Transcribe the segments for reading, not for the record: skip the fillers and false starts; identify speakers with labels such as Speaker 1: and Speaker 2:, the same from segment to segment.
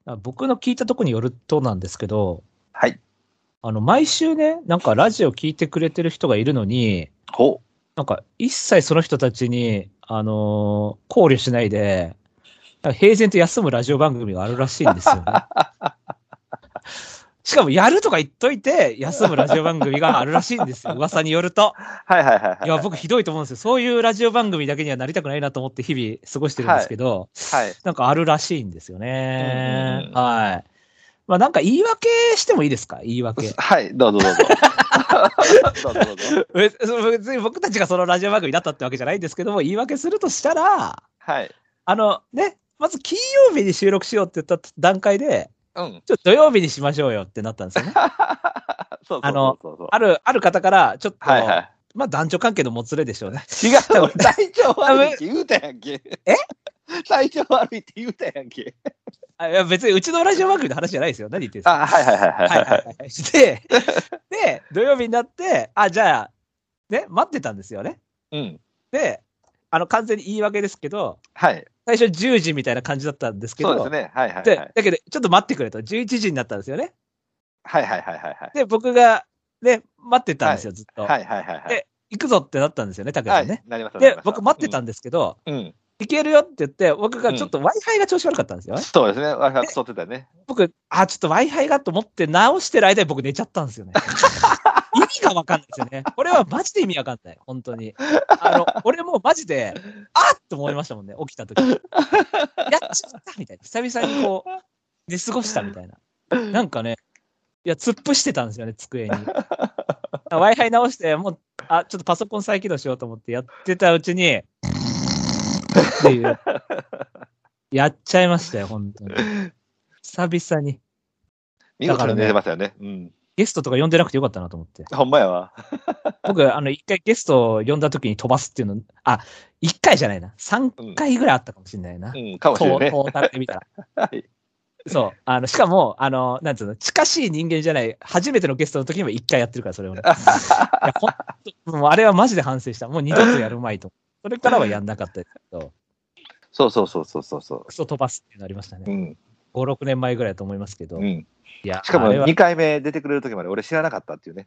Speaker 1: 僕の聞いたところによるとなんですけど、
Speaker 2: はい。
Speaker 1: 毎週ね、なんかラジオ聞いてくれてる人がいるのに、
Speaker 2: ほう。
Speaker 1: なんか一切その人たちに、考慮しないで、平然と休むラジオ番組があるらしいんですよね。しかもやるとか言っといて、休むラジオ番組があるらしいんですよ。噂によると。
Speaker 2: はいはいはいはい。
Speaker 1: いや、僕ひどいと思うんですよ。そういうラジオ番組だけにはなりたくないなと思って日々過ごしてるんですけど、
Speaker 2: はい。
Speaker 1: なんかあるらしいんですよ
Speaker 2: うん
Speaker 1: ね。
Speaker 2: うんうん。
Speaker 1: はい。まあなんか言い訳してもいいですか？言い訳。
Speaker 2: はい、どうぞどうぞ。どうぞどうぞ。
Speaker 1: 別に僕たちがそのラジオ番組だったってわけじゃないんですけども、言い訳するとしたら、
Speaker 2: はい。
Speaker 1: まず金曜日に収録しようって言った段階で、
Speaker 2: うん。
Speaker 1: ちょっと土曜日にしましょうよってなったんですよね。
Speaker 2: そうそうそうそうそう。
Speaker 1: ある方から、ちょっと、
Speaker 2: はいはい。
Speaker 1: まあ男女関係のもつれでしょうね。
Speaker 2: 違う、俺体調悪いって言うたやんけ。
Speaker 1: え
Speaker 2: 体調悪いって言うたやんけ。
Speaker 1: いや別にうちのラジオ番組の話じゃないですよ。何言ってるんですか？
Speaker 2: はいはいはいはい
Speaker 1: はいはいはい。で、土曜日になって、じゃあ、ね、待ってたんですよね。
Speaker 2: うん。
Speaker 1: で、完全に言い訳ですけど、
Speaker 2: はい。
Speaker 1: 最初10時みたいな感じだったんですけど、
Speaker 2: そうですね。はいはいは
Speaker 1: で、
Speaker 2: い。
Speaker 1: だけど、ちょっと待ってくれと、11時になったんですよね。
Speaker 2: はいはいはいはいはい。
Speaker 1: で、僕が、ね、待ってたん
Speaker 2: はい。
Speaker 1: ですよ、ずっと。
Speaker 2: はいはいはいはい。
Speaker 1: で、行くぞってなったんですよね、拓也
Speaker 2: はい。
Speaker 1: さんね。
Speaker 2: なりましたなり
Speaker 1: で、
Speaker 2: ました。
Speaker 1: 僕待ってたんですけど、
Speaker 2: うん。
Speaker 1: 行けるよって言って、僕がちょっ
Speaker 2: うん。
Speaker 1: と Wi-Fi が調子悪かったんですよね。
Speaker 2: そうですね。わか
Speaker 1: で、
Speaker 2: くそってたね。
Speaker 1: 僕、ちょっと Wi-Fi がと思って直してる間に僕寝ちゃったんですよね。意味がわかんないですよね。これはマジで意味わかんない。本当に。俺もマジで、あっと思いましたもんね、起きた時。やっちゃったみたいな。久々にこう、寝過ごしたみたいな。なんかね、いや、突っ伏してたんですよね、机に。Wi-Fi 直して、もう、ちょっとパソコン再起動しようと思ってやってたうちに、っていう、やっちゃいましたよ、本当に。久々に。
Speaker 2: 見事に寝てますよね。うん。
Speaker 1: ゲストとか呼んでなくてよかったなと思って。
Speaker 2: ほんまやわ。
Speaker 1: 僕、一回ゲストを呼んだ時に飛ばすっていうの、一回じゃないな。3回ぐらいあったかもしれないな。
Speaker 2: うん、かもしれない。
Speaker 1: トータルで見たら。
Speaker 2: はい。
Speaker 1: そう。しかも、なんつうの、近しい人間じゃない、初めてのゲストの時にも一回やってるから、それをね。いや、ほんと、もうあれはマジで反省した。もう二度とやるまいと。それからはやんなかったですけど。
Speaker 2: そうそうそうそうそうそう。
Speaker 1: クソ飛ばすっていうのありましたね。
Speaker 2: うん。
Speaker 1: 5、6年前ぐらいだと思いますけど。
Speaker 2: うん。
Speaker 1: いや、
Speaker 2: しかも
Speaker 1: あれは
Speaker 2: 2回目出てくれる時まで俺知らなかったっていうね。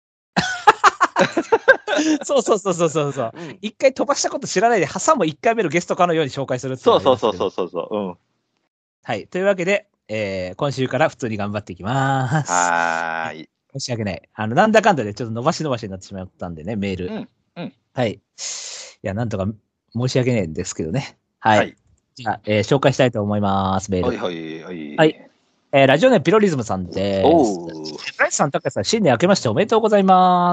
Speaker 1: そうそうそうそうそうそう。一回飛ばしたこと知らないで、挟む1回目のゲストかのように紹介するっていうの
Speaker 2: そう
Speaker 1: がありましたけど。
Speaker 2: そうそうそうそう。うん。
Speaker 1: はい。というわけで、今週から普通に頑張っていきます。
Speaker 2: はーい。
Speaker 1: 申し訳ない。なんだかんだでちょっと伸ばし伸ばしになってしまったんでね、メール。
Speaker 2: うん。うん。
Speaker 1: はい。いや、なんとか申し訳ないんですけどね。はい。
Speaker 2: はい。
Speaker 1: じゃあ、紹介したいと思います、メール。
Speaker 2: はいはいはい。
Speaker 1: はい。ラジオネームピロリズムさんです。
Speaker 2: お
Speaker 1: ブライスさん、タカさん、新年明けましておめでとうございます。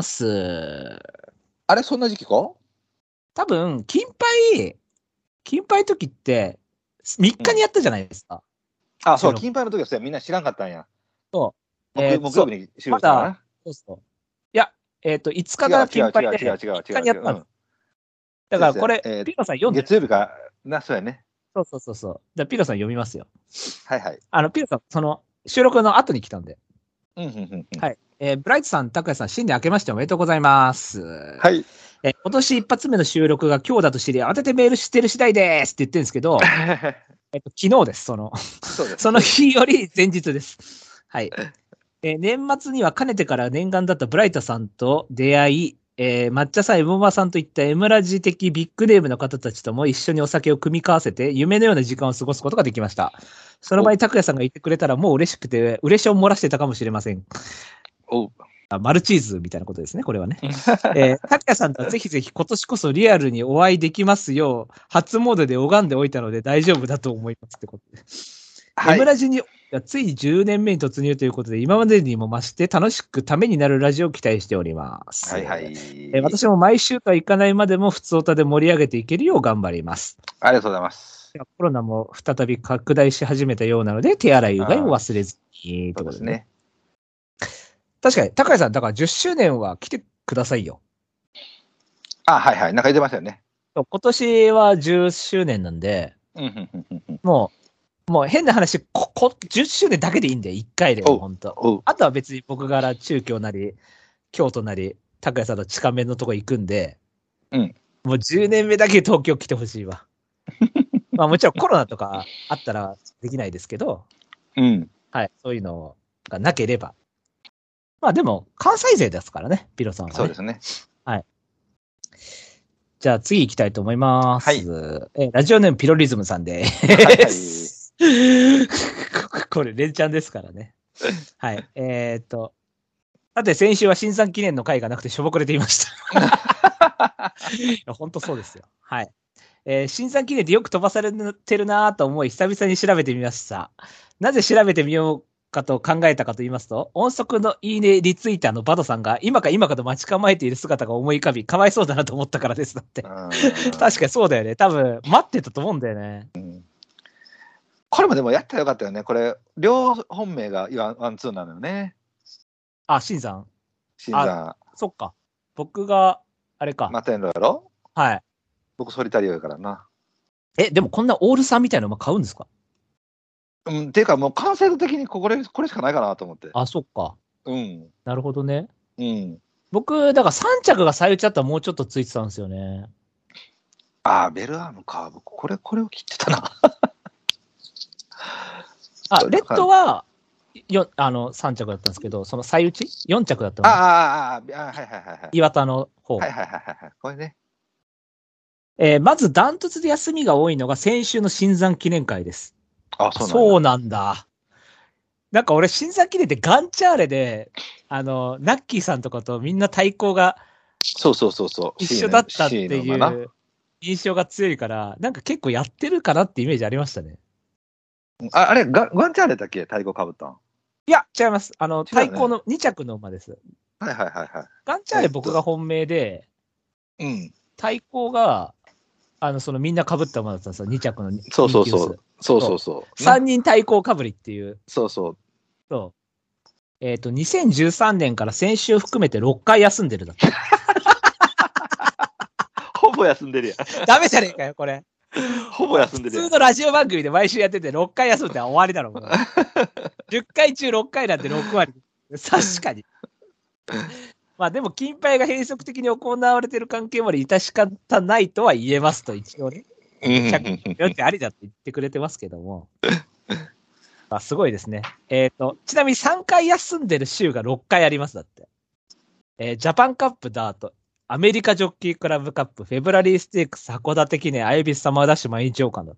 Speaker 2: あれ、そんな時期か？
Speaker 1: 多分、金杯時って、3日にやったじゃないですか。
Speaker 2: あ、そう、金杯の時はみんな知らんかったんや。
Speaker 1: そう。
Speaker 2: 木曜日に収録したかな。
Speaker 1: そうそう。いや、5日が金杯で、
Speaker 2: 違う。
Speaker 1: 3日にやったんです。だからこれ、ピロさん読んで。
Speaker 2: 月曜日かな、そうやね。
Speaker 1: そう。じゃあ、ピロさん読みますよ。
Speaker 2: はいはい。
Speaker 1: ピロさん、その、収録の後に来たんで。
Speaker 2: は
Speaker 1: い。ブライトさん、タクヤさん、新年明けましておめでとうございます。
Speaker 2: はい。
Speaker 1: 今年一発目の収録が今日だと知り、慌ててメールしてる次第ですって言ってるんですけど、昨日です、その日より前日です。はい。年末にはかねてから念願だったブライトさんと出会い、抹茶さん、エボマさんといったエムラジ的ビッグネームの方たちとも一緒にお酒を組み交わせて、夢のような時間を過ごすことができました。その場に拓也さんがいてくれたらもう嬉しくて、嬉しを漏らしてたかもしれません。マルチーズみたいなことですね、これはね。拓也さんとはぜひぜひ今年こそリアルにお会いできますよう、初モードで拝んでおいたので大丈夫だと思いますってことで。エムラジについに10年目に突入ということで、今までにも増して楽しくためになるラジオを期待しております。
Speaker 2: はいはい。
Speaker 1: 私も毎週とはいかないまでも普通歌で盛り上げていけるよう頑張ります。
Speaker 2: ありがとうございます。
Speaker 1: コロナも再び拡大し始めたようなので、手洗いうがいを忘れずに。
Speaker 2: そうですね。
Speaker 1: 確かに、高谷さん、だから10周年は来てくださいよ。
Speaker 2: はいはい。なんか言ってましたよね。
Speaker 1: 今年は10周年なんで、もう変な話、10周年だけでいいんで、1回で、本当。あとは別に僕から中京なり、京都なり、高谷さんの近めのとこ行くんで、もう10年目だけ東京来てほしいわ。まあもちろんコロナとかあったらできないですけど、
Speaker 2: うん。
Speaker 1: はい。そういうのがなければ。まあでも、関西勢ですからね、ピロさんは、ね。
Speaker 2: そうですね。
Speaker 1: はい。じゃあ次行きたいと思います。
Speaker 2: はい。
Speaker 1: ラジオネームピロリズムさんで。
Speaker 2: はいはい。
Speaker 1: これ、連チャンですからね。はい。さて、先週は新山記念の回がなくてしょぼくれていました。いや、本当そうですよ。はい。新山記念でよく飛ばされてるなと思い、久々に調べてみました。なぜ調べてみようかと考えたかと言いますと、音速のいいねリツイーターのバドさんが今かと待ち構えている姿が思い浮かび、かわいそうだなと思ったからです。だって。確かにそうだよね。多分、待ってたと思うんだよね。
Speaker 2: これもでもやったらよかったよね。これ、両本命がワンツーなのよね。
Speaker 1: あ、新山。
Speaker 2: 新山。
Speaker 1: そっか。僕が、あれか。
Speaker 2: マテンロやろ？
Speaker 1: はい。
Speaker 2: 僕、ソリタリオやからな。
Speaker 1: でもこんなオールさんみたいなのも買うんですか？
Speaker 2: っていうか、もう完成度的にこれしかないかなと思って。
Speaker 1: あ、そっか。
Speaker 2: うん。
Speaker 1: なるほどね。
Speaker 2: うん。
Speaker 1: 僕、だから3着が最内だったらもうちょっとついてたんですよね。
Speaker 2: ああ、ベルアームか。僕、これを切ってたな。
Speaker 1: レッドは、3着だったんですけど、その最内 ?4 着だったの。
Speaker 2: はいはいはいはい。
Speaker 1: 岩田の方。
Speaker 2: はいはいはいはい。これね。
Speaker 1: まずダントツで休みが多いのが先週の新山記念会です。
Speaker 2: あ、
Speaker 1: そうなんだ。なんか俺、新山記念ってガンチャーレで、ナッキーさんとかとみんな対抗が、
Speaker 2: そう。
Speaker 1: 一緒だったっていう印象が強いから、なんか結構やってるかなってイメージありましたね。
Speaker 2: あれ、ガンチャーレだっけ？対抗かぶったん？
Speaker 1: いや、違います。対抗の2着の馬です。
Speaker 2: はいはいはいはい。
Speaker 1: ガンチャーレ僕が本命で、
Speaker 2: うん。
Speaker 1: 対抗が、みんな被った馬だったんですよ。2着の
Speaker 2: そう。
Speaker 1: 3人対抗被りっていう。
Speaker 2: そう。
Speaker 1: 2013年から先週含めて6回休んでるだって。
Speaker 2: ほぼ休んでるやん。
Speaker 1: ダメじゃねえかよ、これ。
Speaker 2: ほぼ休んでるやん。
Speaker 1: 普通のラジオ番組で毎週やってて6回休んで終わりだろ、もう。10回中6回なんて6割。確かに。まあでも、金牌が変則的に行われている関係まで致し方ないとは言えますと、一応ね。100ってありだって言ってくれてますけども。すごいですね。ちなみに3回休んでる週が6回あります、だって。ジャパンカップダート、アメリカジョッキークラブカップ、フェブラリーステークス、函館記念、アイビスサマーダッシュ毎日王冠だって。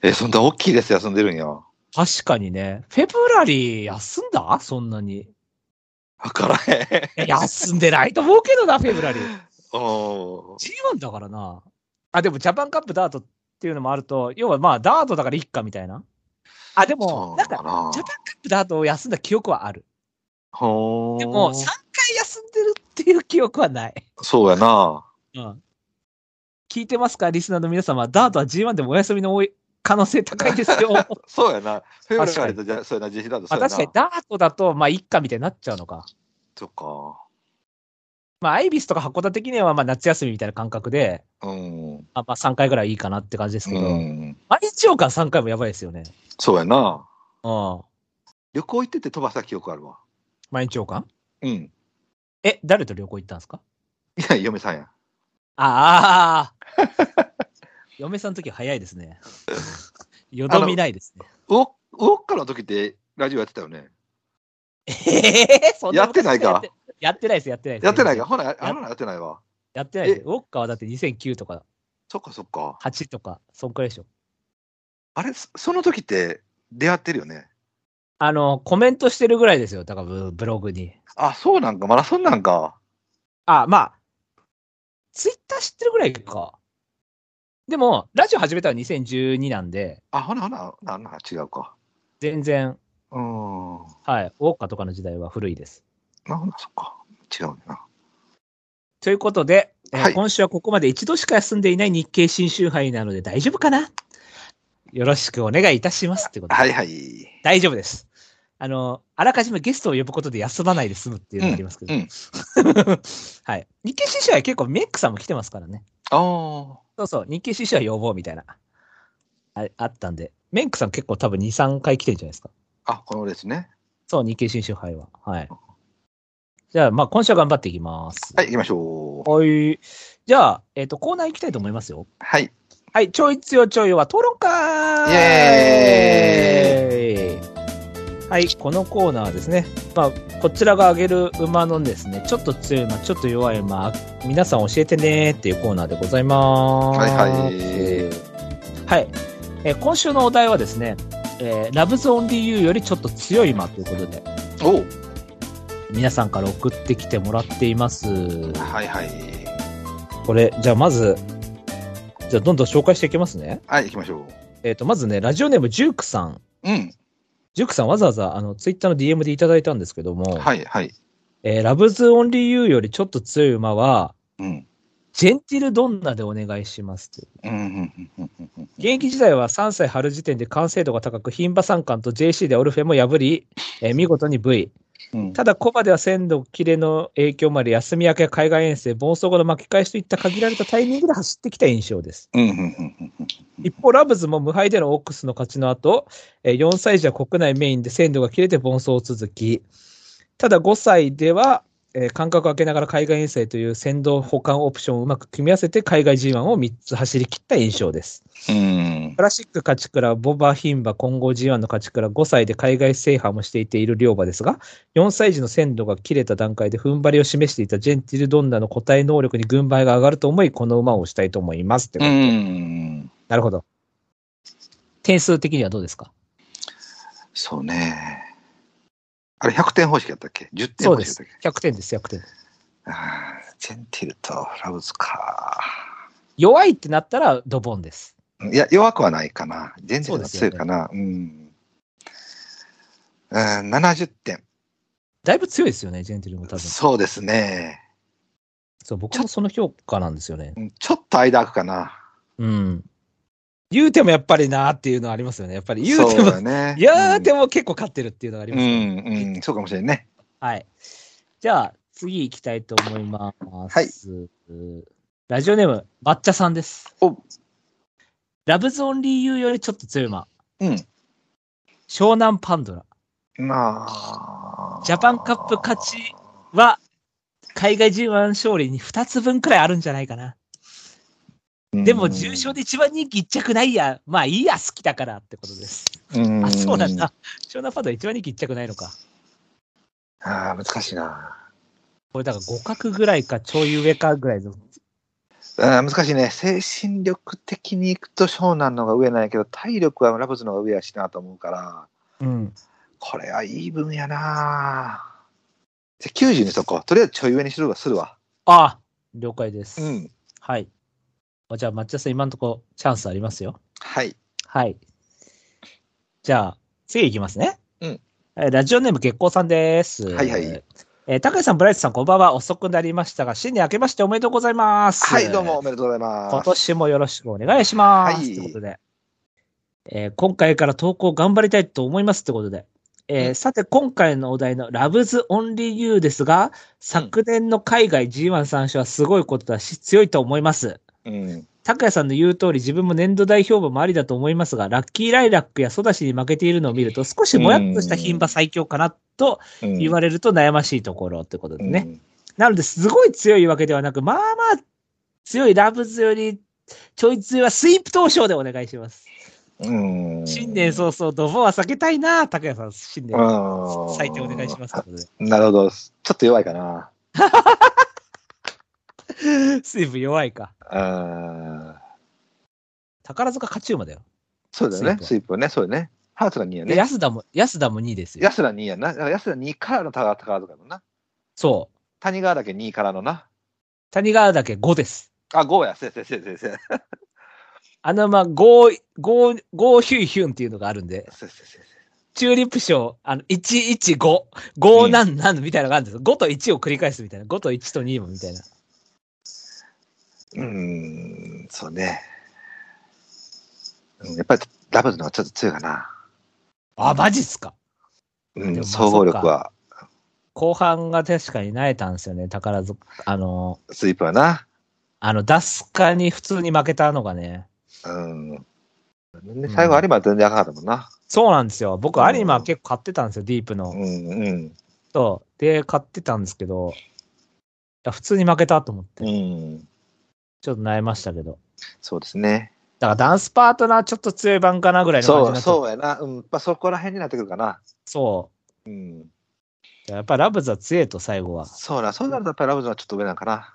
Speaker 2: そんな大きいです休んでるんや。
Speaker 1: 確かにね。フェブラリー休んだ？そんなに。
Speaker 2: わからへん。
Speaker 1: 休んでないと思うけどな、フェブラリー。
Speaker 2: G1
Speaker 1: だからな。でもジャパンカップダートっていうのもあると、要はまあダートだからいっかみたいな。でも、なんか、ジャパンカップダートを休んだ記憶はある。でも、3回休んでるっていう記憶はない。
Speaker 2: そうやな。
Speaker 1: うん。聞いてますかリスナーの皆様。ダートは G1 でもお休みの多い可能性高いですよ。
Speaker 2: そうやな。フェブラリーとじゃそうやな、実施だとそうやな。
Speaker 1: 確かにダートだと、まあ、いっかみたいになっちゃうのか。
Speaker 2: そっか。
Speaker 1: まあ、アイビスとか函館的には、まあ、夏休みみたいな感覚で、まあ、3回ぐらいいいかなって感じですけど、毎日王冠3回もやばいですよね。
Speaker 2: そうやな。
Speaker 1: 旅
Speaker 2: 行行ってて飛ばした記憶あるわ。
Speaker 1: 毎日王冠？
Speaker 2: うん。
Speaker 1: 誰と旅行行ったんですか？
Speaker 2: いや、嫁さんや。
Speaker 1: 嫁さんの時は早いですね。よどみないですね。
Speaker 2: ウォッカの時ってラジオやってたよね。
Speaker 1: そんな
Speaker 2: やってないか。
Speaker 1: やってないです。やってないか。
Speaker 2: ほな、やってないわ。
Speaker 1: やってないです。ウォッカはだって2009とか。
Speaker 2: そっか。
Speaker 1: 8とか、そんくらいでしょ。あ
Speaker 2: れ、その時って出会ってるよね。
Speaker 1: コメントしてるぐらいですよ。だからブログに。
Speaker 2: そうなんか。マラソンなんか。
Speaker 1: まあ、ツイッター知ってるぐらいか。でも、ラジオ始めたのは2012なんで。
Speaker 2: ほな、違うか。
Speaker 1: 全然。
Speaker 2: はい。ウォ
Speaker 1: ッカとかの時代は古いです。
Speaker 2: そっか。違うんだな。
Speaker 1: ということで、今週はここまで一度しか休んでいない日経新春杯なので大丈夫かな？よろしくお願いいたしますってことで。
Speaker 2: はい。
Speaker 1: 大丈夫です。あらかじめゲストを呼ぶことで休まないで済むっていうのがありますけど。はい。日経新春杯結構メックさんも来てますからね。そうそう、日経新春杯呼ぼうみたいな。あったんで。メックさん結構多分2、3回来てるんじゃないですか。
Speaker 2: このですね。
Speaker 1: そう、日経新春杯は。はい。じゃあ、まあ、今週は頑張っていきます。
Speaker 2: はい、行きましょ
Speaker 1: う。はい。じゃあ、コーナー行きたいと思いますよ。
Speaker 2: はい。
Speaker 1: はい、ちょい強ちょいは討論会。
Speaker 2: イエーイ。
Speaker 1: はい、このコーナーはですね、まあ、こちらが挙げる馬のですね、ちょっと強い馬、ちょっと弱い馬、皆さん教えてねっていうコーナーでございます。
Speaker 2: はいはい。
Speaker 1: はい。今週のお題はですね、ラブズオンリーユーよりちょっと強い馬ということで、皆さんから送ってきてもらっています。
Speaker 2: はいはい。
Speaker 1: これ、じゃあまず、じゃあどんどん紹介していきますね。
Speaker 2: はい、行きましょ
Speaker 1: う。まずね、ラジオネームジュークさん。
Speaker 2: うん。
Speaker 1: ジュークさんわざわざツイッターの DM でいただいたんですけども、
Speaker 2: はいはい。
Speaker 1: ラブズオンリーユーよりちょっと強い馬は、
Speaker 2: うん、
Speaker 1: ジェンティルドンナでお願いしますと。現役時代は3歳春時点で完成度が高く、牝馬三冠と JC でオルフェも破り、見事に V。ただ、コバでは鮮度切れの影響もあり、休み明けや海外遠征、暴走後の巻き返しといった限られたタイミングで走ってきた印象です。一方、ラブズも無敗でのオックスの勝ちの後、4歳児は国内メインで鮮度が切れて暴走を続き、ただ5歳では、間隔を空けながら海外遠征という先導補完オプションをうまく組み合わせて海外 G1 を3つ走り切った印象です。クラシック勝ち倉、ボバ牝馬混合 G1 の勝ち倉、5歳で海外制覇もしていている両馬ですが、4歳児の鮮度が切れた段階で踏ん張りを示していたジェンティルドンナの個体能力に軍配が上がると思い、この馬を押したいと思いますってことで。なるほど。点数的にはどうですか？
Speaker 2: そうね。あれ100点方式だったっけ？ 10 点方式だったっけ？
Speaker 1: そうです。100点です、100点。
Speaker 2: ジェンティルとラブズか。
Speaker 1: 弱いってなったらドボンです。
Speaker 2: いや、弱くはないかな。ジェンティルが強いかな。70点。
Speaker 1: だいぶ強いですよね、ジェンティルも多分。
Speaker 2: そうですね。
Speaker 1: そう、僕もその評価なんですよね。
Speaker 2: ちょっと間空くかな。
Speaker 1: 言うてもやっぱりなーっていうのはありますよね。やっぱり言うても、ね、言うても結構勝ってるっていうのがありますよね。
Speaker 2: そうかもしれんね。
Speaker 1: はい。じゃあ、次行きたいと思います。
Speaker 2: はい。
Speaker 1: ラジオネーム、抹茶さんです。ラブズオンリーユーよりちょっと強い馬。湘南パンドラ。ジャパンカップ勝ちは、海外 G1 勝利に2つ分くらいあるんじゃないかな。でも、重賞で一番人気1着ないや。まあいいや、好きだからってことです。あ、そうなんだ。湘南パンドラ一番人気1着ないのか。
Speaker 2: 難しいな。
Speaker 1: これだから互角ぐらいか、ちょい上かぐらいの。
Speaker 2: 難しいね。精神力的にいくと湘南の方が上なんやけど、体力はラブズの方が上やしなと思うから、これはいい分やな。じゃ90にしとこう。とりあえずちょい上にするわ。
Speaker 1: ああ、了解です。はい。じゃあ、抹茶さん、今のところチャンスありますよ。
Speaker 2: はい。
Speaker 1: はい。じゃあ、次いきますね。ラジオネーム月光さんです。
Speaker 2: はいはい。
Speaker 1: 高橋さん、ブライトさん、こんばんは。遅くなりましたが、新年明けましておめでとうございます。
Speaker 2: はい、どうもおめでとうございます。
Speaker 1: 今年もよろしくお願いします。ということで、今回から投稿頑張りたいと思います。ということで、さて、今回のお題のラブズオンリーユーですが、昨年の海外 G1 参照はすごいことだし、強いと思います。高谷さんの言う通り、自分も年度代表馬もありだと思いますが、ラッキーライラックやソダシに負けているのを見ると、少しもやっとした牝馬最強かなと言われると悩ましいところってことでね。なので、すごい強いわけではなく、まあまあ強いラブズよりちょい強いはスイープ東証でお願いします。新年早々、ドボンは避けたいな、高谷さん、新年最低お願いします。
Speaker 2: なるほど。ちょっと弱いかな。
Speaker 1: 水分弱いか。宝塚勝ち馬だよ。
Speaker 2: そうだよね、スイープね、そうだね。ハーツが2やね。
Speaker 1: 安田も2ですよ。
Speaker 2: 安田2やな。安田2からの宝塚だもんな。
Speaker 1: そう。
Speaker 2: 谷川岳2からのな。
Speaker 1: 谷川岳5です。
Speaker 2: 5や、せ。
Speaker 1: まあ、ゴーヒュイヒュンっていうのがあるんで。チューリップ賞、115。5なんみたいなのがあるんですよ。5と1を繰り返すみたいな。5と1と2もみたいな。
Speaker 2: そうね。やっぱりラブズの方がちょっと強いかな。
Speaker 1: あ、マジっすか。
Speaker 2: 総合力は。
Speaker 1: 後半が確かに萎えたんですよね、宝塚。
Speaker 2: スイープはな。
Speaker 1: ダスカに普通に負けたのがね。
Speaker 2: 最後、有馬は全然赤かったもんな。
Speaker 1: そうなんですよ。僕、有馬は結構買ってたんですよ、ディープの。そう。で、買ってたんですけど、普通に負けたと思って。ちょっと悩ましたけど。
Speaker 2: そうですね。
Speaker 1: だからダンスパートナーちょっと強い版かなぐらいの感じになっちゃう。
Speaker 2: そうやな。まあ、そこら辺になってくるかな。
Speaker 1: そう。やっぱりラブズは強いと、最後は。
Speaker 2: そうなるとやっぱりラブズはちょっと上なんかな。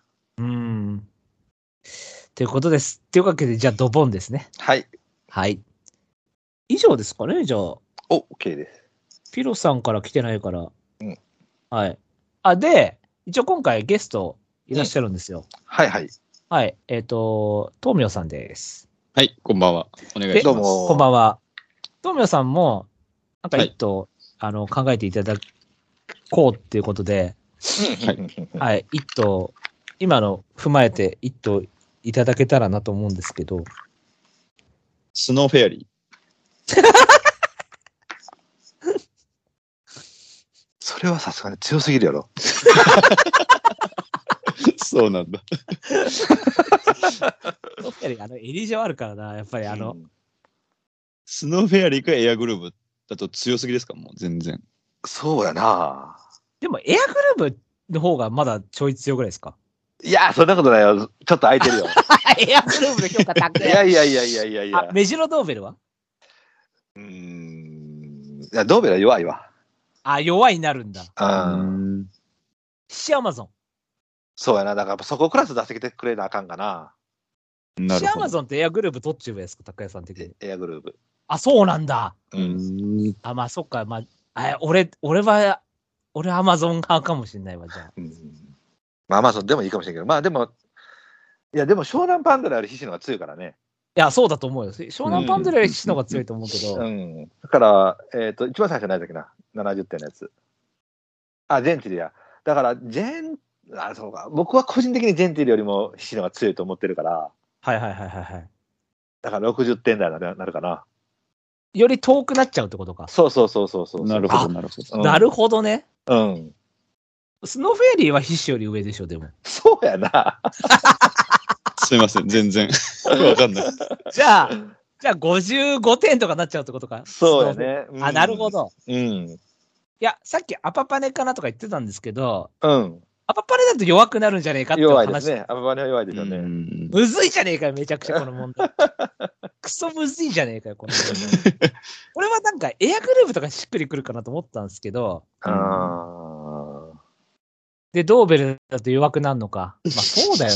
Speaker 1: ということです。というわけで、じゃあドボンですね。
Speaker 2: はい。
Speaker 1: はい。以上ですかね、じゃあ。
Speaker 2: OK です。
Speaker 1: ピロさんから来てないから。はい。で、一応今回ゲストいらっしゃるんですよ。
Speaker 2: はいはい。
Speaker 1: はい。東明さんです。
Speaker 3: はい、こんばんは。お願いします。
Speaker 1: どうも。こんばんは。東明さんも、なんか一頭、考えていただこうっていうことで、はい。一頭、今の踏まえて一頭いただけたらなと思うんですけど。
Speaker 3: スノーフェアリー。
Speaker 2: それはさすがに強すぎるやろ。
Speaker 3: そうなんだ。
Speaker 1: スノーフェアリー、エリジョあるからな、やっぱり
Speaker 3: スノーフェアリーかエアグルーブだと強すぎですか、もう全然。
Speaker 2: そうやな。
Speaker 1: でもエアグルーブの方がまだちょい強くないですか？
Speaker 2: いや、そんなことないよ。ちょっと空いてるよ。
Speaker 1: エアグルーブの評価高い。
Speaker 2: いや。
Speaker 1: メジロドーベルは？
Speaker 2: いや、ドーベルは弱いわ。
Speaker 1: 弱いになるんだ。シアマゾン。
Speaker 2: そうやな。だからそこクラス出してきてくれなあかんかな。
Speaker 1: シアマゾンってエアグルーブどっち上ですか、高谷さん的に。
Speaker 2: エアグルーブ。
Speaker 1: そうなんだ。まあ、そっか。まあ、俺アマゾン派かもしれないわ、じゃあ。
Speaker 2: まあ、アマゾンでもいいかもしれないけど、まあでも、いや、でも湘南パンダラよりヒシの方が強いからね。
Speaker 1: いや、そうだと思うよ。湘南パンダラよりヒシの方が強いと思うけど。
Speaker 2: だから、一番最初何だっけな、70点のやつ。ジェンティルや。だから、そうか。僕は個人的にジェンティルよりもヒシの方が強いと思ってるから。
Speaker 1: はい。
Speaker 2: だから60点台になるかな。
Speaker 1: より遠くなっちゃうってことか。
Speaker 2: そう。
Speaker 3: なるほど。
Speaker 1: なるほどね。
Speaker 2: ス
Speaker 1: ノーフェアリーはヒシより上でしょ、でも。
Speaker 2: そうやな。
Speaker 3: すいません、全然。わかんない。
Speaker 1: じゃあ55点とかなっちゃうってことか。
Speaker 2: そうやね。
Speaker 1: なるほど。
Speaker 2: い
Speaker 1: や、さっきアパパネかなとか言ってたんですけど、
Speaker 2: ア
Speaker 1: パパネだと弱くなるんじゃねえかって話。
Speaker 2: 弱いですね。アパパネは弱いでしょうね。
Speaker 1: むずいじゃねえかよ、めちゃくちゃこの問題。クソむずいじゃねえかよ、この問題。俺はなんかエアグルーヴとかしっくりくるかなと思ったんですけど、で、ドーベルだと弱くなるのか。まあそうだよ。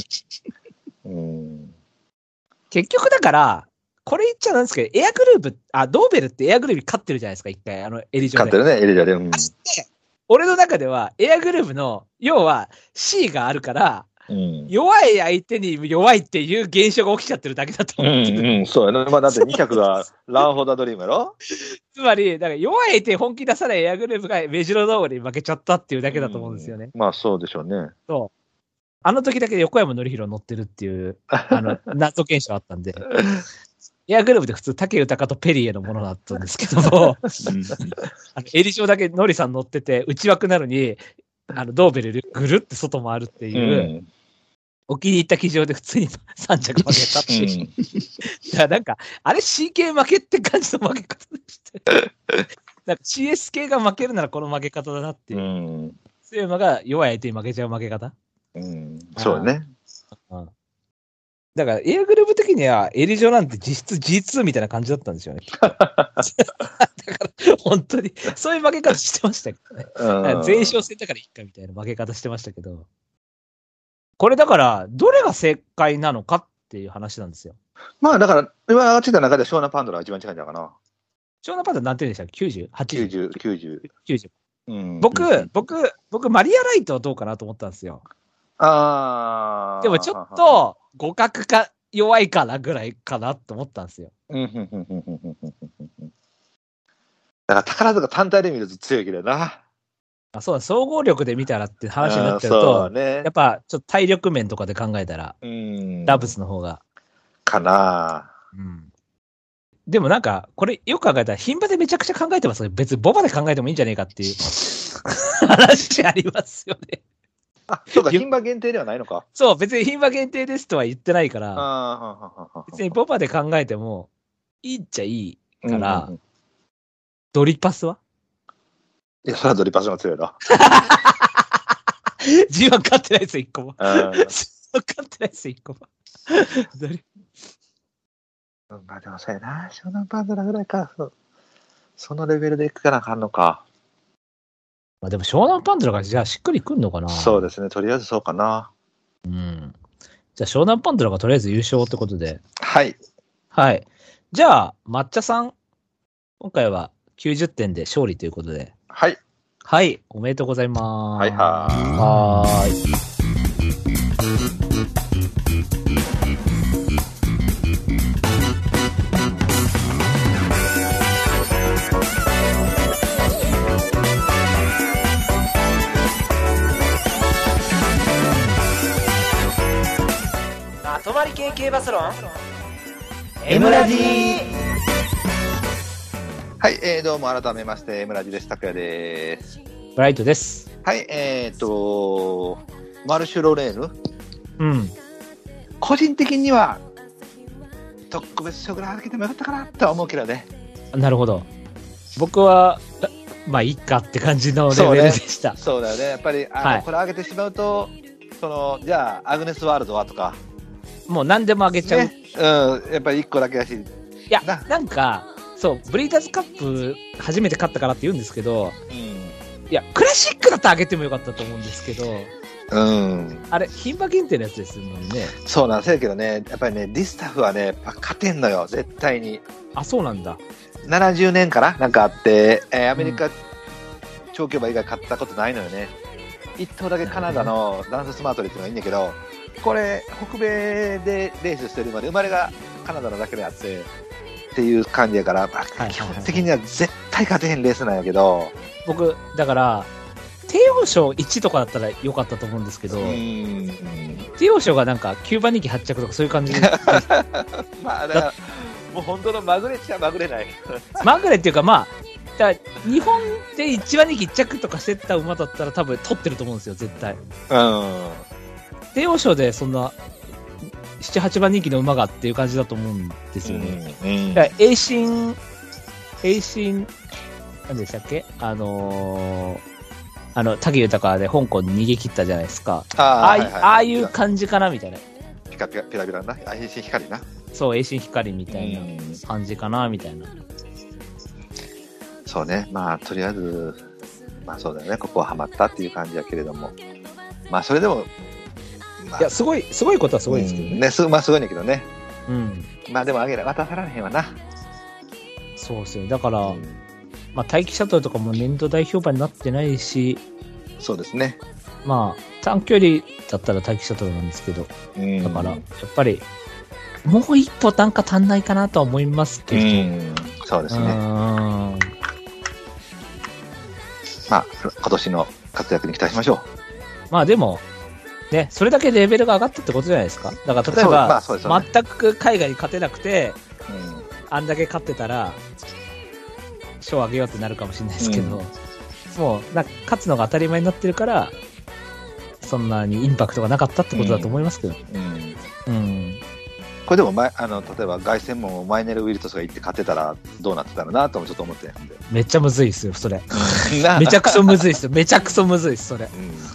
Speaker 1: 結局だから、これ言っちゃなんですけど、エアグルーヴ、ドーベルってエアグルーヴ勝ってるじゃないですか、一回、エリジョで。
Speaker 2: 勝ってるね、エリジョで。
Speaker 1: 俺の中では、エアグルーヴの、要は C があるから、弱い相手に弱いっていう現象が起きちゃってるだけだと思う。
Speaker 2: そうやな。まあだって2着がランホーダドリームやろ
Speaker 1: つまり、だから弱い相手本気出さないエアグルーヴがメジロドーベルに負けちゃったっていうだけだと思うんですよね。
Speaker 2: まあそうでしょうね。
Speaker 1: そう。あの時だけ横山典弘乗ってるっていう、謎現象あったんで。エアグルーヴで普通、武豊とペリエのものだったんですけども、エリショだけノリさん乗ってて、内枠なのに、ドーベルぐるって外回るっていう、お気に入った騎乗で普通に3着負けたっていう。だからなんか、あれ CK 負けって感じの負け方でして。なんか CS 系が負けるならこの負け方だなっていう。そういうのが弱い相手に負けちゃう負け方。
Speaker 2: そうね。
Speaker 1: だから、エアグルーヴ的には、エリジョなんて実質 G2 みたいな感じだったんですよね。だから、本当に、そういう負け方してましたけどね。前哨戦だからいいかみたいな負け方してましたけど。これだから、どれが正解なのかっていう話なんですよ。
Speaker 2: まあだから、今上がってた中で湘南パンドラが一番近いんだかな。
Speaker 1: 湘南パンドラ何点でしたっけ ?90?80?90。僕、マリアライトはどうかなと思ったんですよ。でもちょっと互角か弱いかなぐらいかなと思ったんですよ。
Speaker 2: だから宝塚単体で見ると強いけどな。
Speaker 1: そうだ、総合力で見たらって話になっちゃうと、やっぱちょっと体力面とかで考えたら、ラブスの方が。
Speaker 2: かな。
Speaker 1: でもなんか、これよく考えたら、牝馬でめちゃくちゃ考えてますけど、別にボバで考えてもいいんじゃねえかっていう話ありますよね。
Speaker 2: そうか、牝馬限定ではないのか。
Speaker 1: そう、別に牝馬限定ですとは言ってないから、別にボバで考えてもいいっちゃいいから、ドリパスはい
Speaker 2: や、それはドリパスが強いな。
Speaker 1: G1 勝ってないですよ、一個も。勝ってないですよ、一個も。
Speaker 2: まあでもそうやな、湘南パンダラぐらいか。そのレベルでいくかなあかんのか。
Speaker 1: まあでも湘南パンダラがじゃあしっくりくんのかな。
Speaker 2: そうですね、とりあえずそうかな。
Speaker 1: うん。じゃあ湘南パンダラがとりあえず優勝ってことで。
Speaker 2: はい。
Speaker 1: はい。じゃあ、抹茶さん、今回は90点で勝利ということで。
Speaker 2: はい。
Speaker 1: はい、おめでとうございます。
Speaker 2: はい
Speaker 1: はーい。
Speaker 4: まとまり系系バスロン
Speaker 1: M ラジ
Speaker 2: はい、どうも改めまして、Mラジです。拓也です。
Speaker 1: ブライトです。
Speaker 2: はい、マルシュロレーヌ。
Speaker 1: うん。
Speaker 2: 個人的には、特別賞ぐらいあげてもよかったかなとは思うけどね。
Speaker 1: なるほど。僕は、まあ、いいかって感じのレベルでした。
Speaker 2: そうだよね。やっぱり、
Speaker 1: はい、
Speaker 2: これあげてしまうと、じゃあ、アグネスワールドはとか。
Speaker 1: もう何でもあげちゃう。
Speaker 2: ね、うん、やっぱり1個だけだし。い
Speaker 1: や、なんか、そう、ブリーダーズカップ初めて勝ったからって言うんですけど、うん、いや、クラシックだったらあげてもよかったと思うんですけど、
Speaker 2: うん。
Speaker 1: あれ、牝馬限定のやつですもんね。
Speaker 2: そうなんですけどね、やっぱりね、ディスタフはね、やっぱ勝てんのよ、絶対に。
Speaker 1: あ、そうなんだ。
Speaker 2: 70年かななんかあって、アメリカ、長距離馬以外勝ったことないのよね。1頭だけカナダのダンススマートリーっていうのがいいんだけど、これ、北米でレースしてる馬で、生まれがカナダのだけであって、っていう感じやから、基本的には絶対勝てへんレースなんやけど。
Speaker 1: 僕、だから、帝王賞1とかだったらよかったと思うんですけど、帝王賞がなんか9番人気8着とかそういう感じ
Speaker 2: まあ、だからもう本当のまぐれっちゃまぐれない。
Speaker 1: まぐれっていうか、まあ、だ日本で1番人気1着とかしてた馬だったら多分取ってると思うんですよ、絶対。帝王賞でそんな7、8番人気の馬がっていう感じだと思うんですよね。だから栄進、何でしたっけ武豊で香港に逃げ切ったじゃないですか。ああいう感じかなみたいな。
Speaker 2: ピラピラな。栄進光な。
Speaker 1: そう、栄進光みたいな感じかなみたいな。
Speaker 2: そうね。まあ、とりあえず、まあそうだよね。ここはハマったっていう感じだけれども。まあ、それでも、
Speaker 1: いや、すごいことはすごいですけどね。
Speaker 2: まあ、すごいんだけどね。
Speaker 1: うん。
Speaker 2: まあ、でも渡さらへんわな。
Speaker 1: そうですね。だから、まあ、待機シャトルとかも年度代表馬になってないし、
Speaker 2: そうですね。
Speaker 1: まあ、短距離だったら待機シャトルなんですけど、だから、やっぱり、もう一歩なんか足んないかなとは思いますけど。
Speaker 2: そうですね。まあ、今年の活躍に期待しましょう。
Speaker 1: まあでも、ね、それだけレベルが上がったってことじゃないですか。だから例えば、全く海外に勝てなくて、あんだけ勝ってたら、賞あげようってなるかもしれないですけど、もう勝つのが当たり前になってるから、そんなにインパクトがなかったってことだと思いますけど。
Speaker 2: これでも例えば凱旋門をマイネル・ウィルトスが行って勝てたらどうなってたのなともちょっと思ってるんで。
Speaker 1: めっちゃむずいですよ、それ。めちゃくそむずいですよ。めちゃくそむずいです、それ。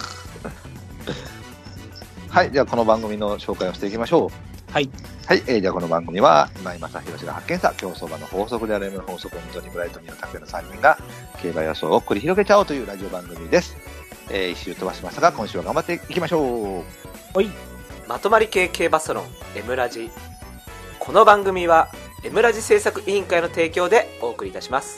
Speaker 2: はい、じゃあこの番組の紹介をしていきましょう。
Speaker 1: はい。
Speaker 2: はい、じゃあこの番組は今井正弘が発見した競走馬の法則である M の法則をもとにブライト・ミオ・タクヤの3人が競馬予想を繰り広げちゃおうというラジオ番組です。一周飛ばしましたが今週は頑張っていきましょう。
Speaker 4: はい。まとまり系系バスロン M ラジ。この番組は M ラジ制作委員会の提供でお送りいたします。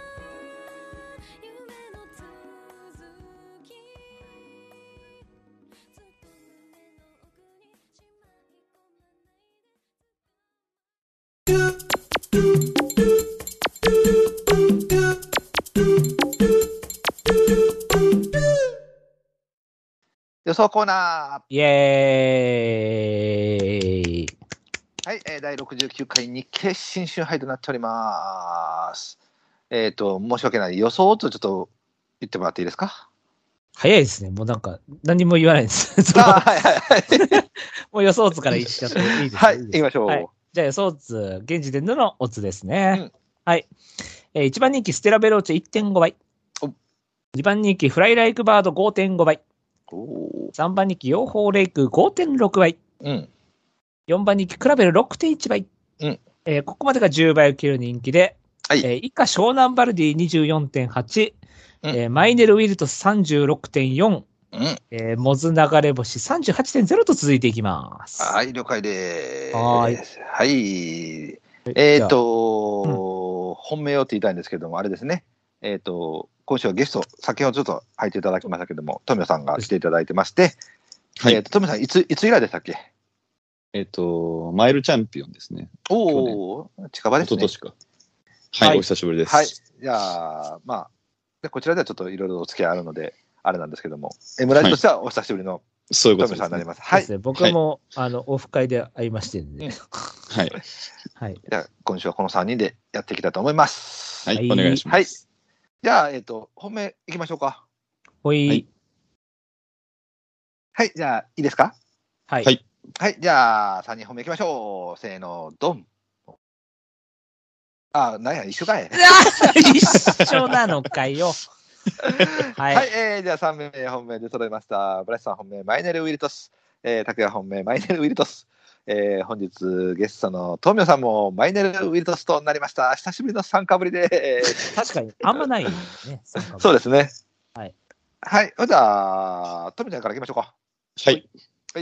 Speaker 2: 予想コーナ
Speaker 1: ーイエーイ。
Speaker 2: はい、第69回日経新春杯となっております。申し訳ない。予想とちょっと言ってもらっていいですか？
Speaker 1: 早いですね。もうなんか、何も言わないです。
Speaker 2: はいはいはい。
Speaker 1: もう予想図から一緒しちゃっていいです
Speaker 2: か？はい、行きましょう。
Speaker 1: はい、じゃあ予想図、現時点でのオッズですね。はい。1番人気ステラベローチェ 1.5 倍。2番人気フライライクバード 5.5 倍。3番人気養蜂レイク 5.6 倍。4番人気クラベル 6.1 倍。 ここまでが10倍を切る人気で、
Speaker 2: はい。
Speaker 1: 以下、湘南バルディ 24.8、マイネル・ウィルトス 36.4、モズ流れ星 38.0 と続いていきます。
Speaker 2: はい、了解です。
Speaker 1: はい。
Speaker 2: はい。本命をって言いたいんですけども、あれですね。今週はゲスト、先ほどちょっと入っていただきましたけども、富野さんが来ていただいてまして、はい。富野さん、いつ以来でしたっけ？
Speaker 3: マイルチャンピオンですね。
Speaker 2: おお、近場ですね。
Speaker 3: 一昨年か。はい、お久しぶりです。
Speaker 2: はい。じゃあ、まあ、こちらではちょっといろいろお付き合いあるので、あれなんですけども、村井としてはお久しぶりの富野さんになります。はい。
Speaker 1: 僕も、オフ会で会いましてね。
Speaker 3: はい。
Speaker 1: はい。
Speaker 2: じゃあ、今週はこの3人でやっていきたいと思います。
Speaker 3: はい、お願いします。はい。
Speaker 2: じゃあ、本命いきましょうか。
Speaker 1: はい。
Speaker 2: はい、じゃあ、いいですか？
Speaker 1: はい。
Speaker 2: はい、じゃあ、3人本命いきましょう。せーの、ドン。なんや、一緒かい。
Speaker 1: 一緒なのかよ。
Speaker 2: はい、じゃあ3名本命で揃いました。ブラシさん本命、マイネル・ウィルトス。拓也本命、マイネル・ウィルトス。本日ゲストのトミオさんもマイネル・ウィルトスとなりました。久しぶりの参加ぶりで
Speaker 1: 確かに、あんまないよね。
Speaker 2: そうですね。
Speaker 1: はい。
Speaker 2: はい。じゃあ、トミちゃんからいきましょうか。
Speaker 3: はい。はい。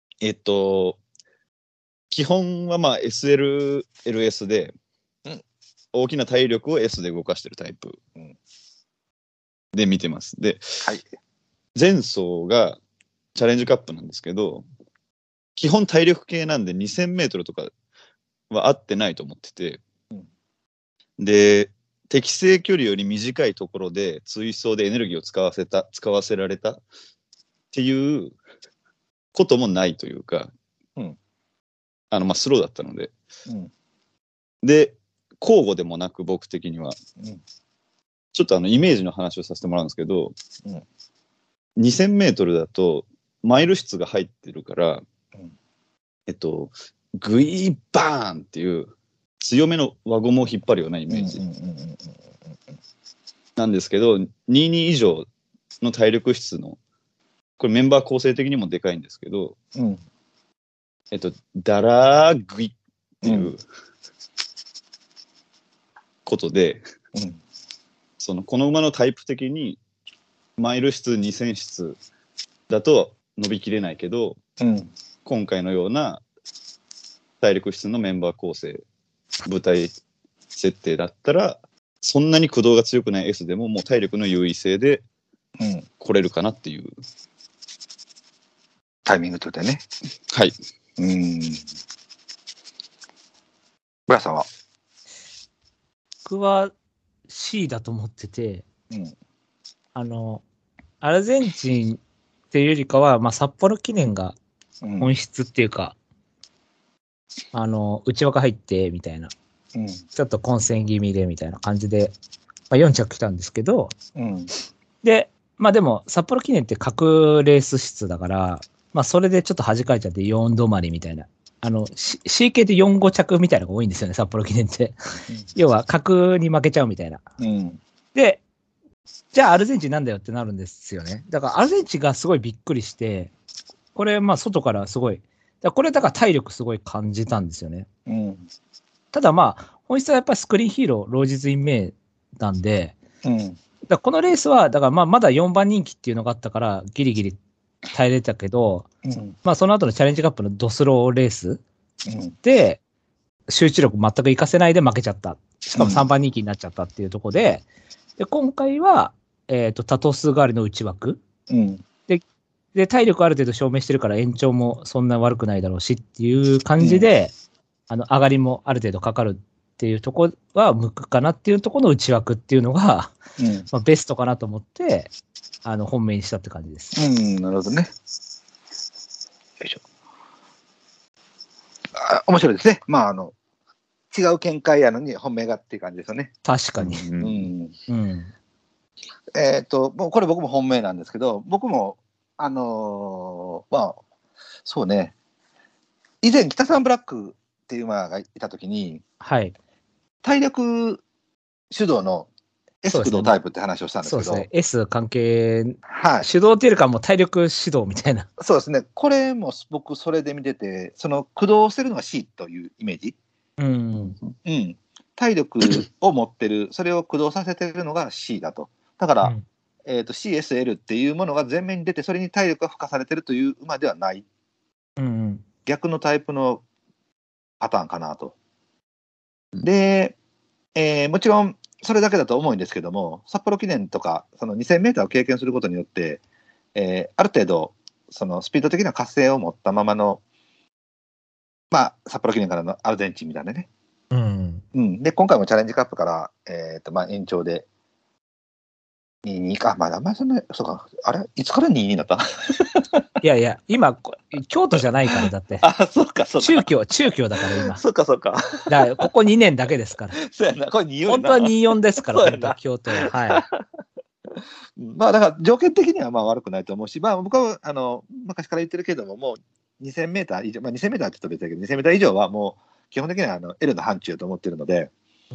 Speaker 3: 基本はまあ SL、LS で、大きな体力を S で動かしてるタイプで見てます。で、
Speaker 2: はい、
Speaker 3: 前走がチャレンジカップなんですけど、基本体力系なんで2000メートルとかは合ってないと思ってて、で、適正距離より短いところで追走でエネルギーを使わせられたっていうこともないというか、まあスローだったので、で、交互でもなく僕的には、ちょっとイメージの話をさせてもらうんですけど、2000メートルだとマイル質が入ってるから、グイーバーンっていう強めの輪ゴムを引っ張るようなイメージなんですけど、22以上の体力質の、これメンバー構成的にもでかいんですけど、ダラーグイっていう、ことで、この馬のタイプ的にマイル質2000質だと伸びきれないけど、今回のような体力質のメンバー構成舞台設定だったらそんなに駆動が強くない S でももう体力の優位性で来れるかなっていう、
Speaker 2: タイミングとでね。
Speaker 3: はい。
Speaker 2: ブラさんは？
Speaker 1: 僕は C だと思ってて、アルゼンチンっていうよりかは、まあ、札幌記念が本質っていうか、内枠入ってみたいな、ちょっと混戦気味でみたいな感じで、まあ、4着来たんですけど、で、まあでも札幌記念って各レース質だから、まあそれでちょっと弾かれちゃって4止まりみたいな。C 系で4、5着みたいなのが多いんですよね、札幌記念って。要は、格に負けちゃうみたいな。で、じゃあアルゼンチンなんだよってなるんですよね。だからアルゼンチンがすごいびっくりして、これ、まあ外からすごい、これだから体力すごい感じたんですよね。ただまあ、本質はやっぱりスクリーンヒーロー、ロージズ・イン・メイなんで、だこのレースは、だからまだ4番人気っていうのがあったから、ギリギリ耐えれたけど、まあその後のチャレンジカップのドスローレースで、集中力全く活かせないで負けちゃった。しかも3番人気になっちゃったっていうところで、で今回は、多頭数代わりの内枠、で、体力ある程度証明してるから延長もそんな悪くないだろうしっていう感じで、上がりもある程度かかるっていうところは向くかなっていうところの内枠っていうのが、まあ、ベストかなと思って、本命にしたって感じです。
Speaker 2: なるほどね。よいしょ。面白いですね。まあ、違う見解やのに本命がっていう感じですよね。
Speaker 1: 確かに。
Speaker 2: もうこれ僕も本命なんですけど、僕も、まあ、そうね、以前、北三ブラックっていう馬がいたときに、体力主導の S 駆動タイプって話をしたんですけど、
Speaker 1: そうですね、S 関係、主導っていうかもう体力指導みたいな。
Speaker 2: そうですね、これも僕それで見てて、その駆動してるのが C というイメージ。
Speaker 1: うん。
Speaker 2: うん。体力を持ってる、それを駆動させてるのが C だと。だから、CSL っていうものが前面に出て、それに体力が付加されてるという馬ではない。逆のタイプのパターンかなと。で、もちろん、それだけだと重いんですけども、札幌記念とか、その2000メーターを経験することによって、ある程度、そのスピード的な活性を持ったままの、まあ、札幌記念からのアルゼンチンみたいなね。で、今回もチャレンジカップから、まあ、延長で、2-2か、まだまあ、そうか、あれいつから2-2になった
Speaker 1: いやいや、今、京都じゃないから、だって。
Speaker 2: あ、そうか、そうか。
Speaker 1: 中京だから今。
Speaker 2: そうか、そうか。
Speaker 1: だから、ここ2年だけですから。
Speaker 2: そうやな、これ2-4
Speaker 1: 本当は2-4ですから、本当は京都は。はい。
Speaker 2: まあ、だから、条件的にはまあ悪くないと思うし、まあ、僕は、昔から言ってるけども、もう2000メーター以上、まあ、2000メーターって言ったら別だけど、2000メーター以上はもう、基本的にはL の範疇だと思ってるので、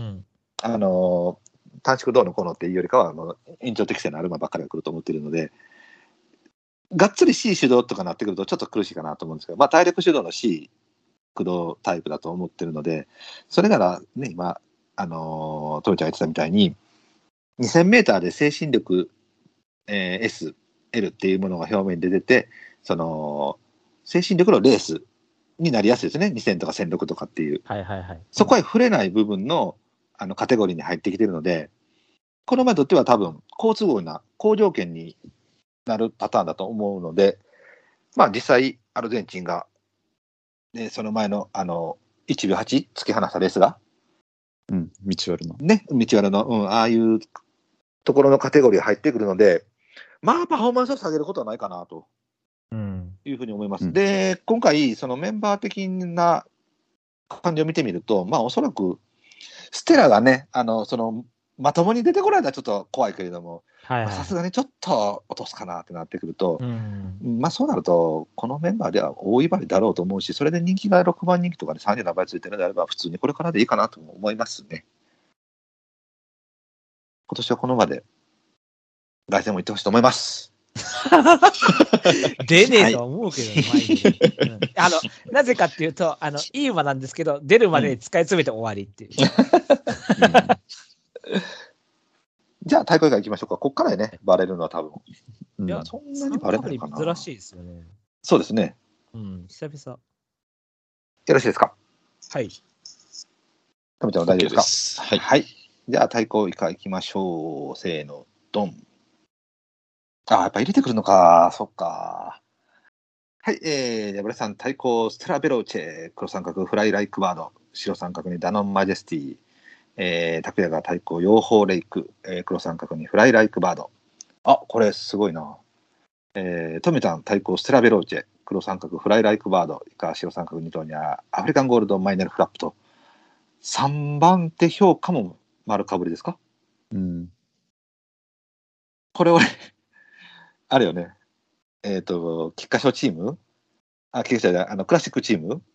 Speaker 2: 短縮どうのこうのっていうよりかは、延長適正のある馬ばっかりが来ると思っているので、がっつり C 主導とかなってくるとちょっと苦しいかなと思うんですけど、まあ、体力主導の C 駆動タイプだと思ってるので、それならね、今、トヨちゃんが言ってたみたいに、2000メーターで精神力、S、L っていうものが表面に出てて、その、精神力のレースになりやすいですね。2000とか1600とかっていう。そこは触れない部分のカテゴリーに入ってきてるので、この馬にとっては多分、好都合な、好条件になるパターンだと思うので、まあ実際、アルゼンチンが、その前の1秒8突き放したレースが、
Speaker 3: 道割の。
Speaker 2: ね、道割の、ああいうところのカテゴリー入ってくるので、まあパフォーマンスを下げることはないかなというふうに思います。で、今回、そのメンバー的な感じを見てみると、まあおそらく、ステラがね、その、まともに出てこられたらちょっと怖いけれども、さすがにちょっと落とすかなってなってくると、まあそうなると、このメンバーでは大威張りだろうと思うし、それで人気が6番人気とかで37倍ついてるのであれば、普通にこれからでいいかなと思いますね。今年はこの馬で、凱旋も行ってほしいと思います。
Speaker 1: 出ねえと思うけど、なぜかっていうと、いい馬なんですけど、出るまで使い詰めて終わりっていう。
Speaker 2: じゃあ、太鼓以外行きましょうか。こっからね、バレるのは多分。
Speaker 1: いや、
Speaker 2: そんなにバレないかな。
Speaker 1: 珍しいですよね。
Speaker 2: そうですね。
Speaker 1: 久々。
Speaker 2: よろしいですか。
Speaker 1: はい。
Speaker 2: タミちゃんは大丈夫です
Speaker 3: か。
Speaker 2: はい。じゃあ、太鼓以下行きましょう。せーの、ドン。やっぱ入れてくるのか。そっか。はい。じゃあ、ブレさん、太鼓、ステラベローチェ、黒三角、フライライクバード、白三角にダノンマジェスティ、拓也が太鼓、養蜂レイク、黒三角にフライライクバード。これすごいな。トミタン、太鼓、ステラベローチェ、黒三角、フライライクバード、以下、白三角2頭には、アフリカンゴールド、マイネルフラップと、3番手評価も丸かぶりですか？これ俺、あれよね。菊花賞チーム？菊花賞じゃない、クラシックチーム？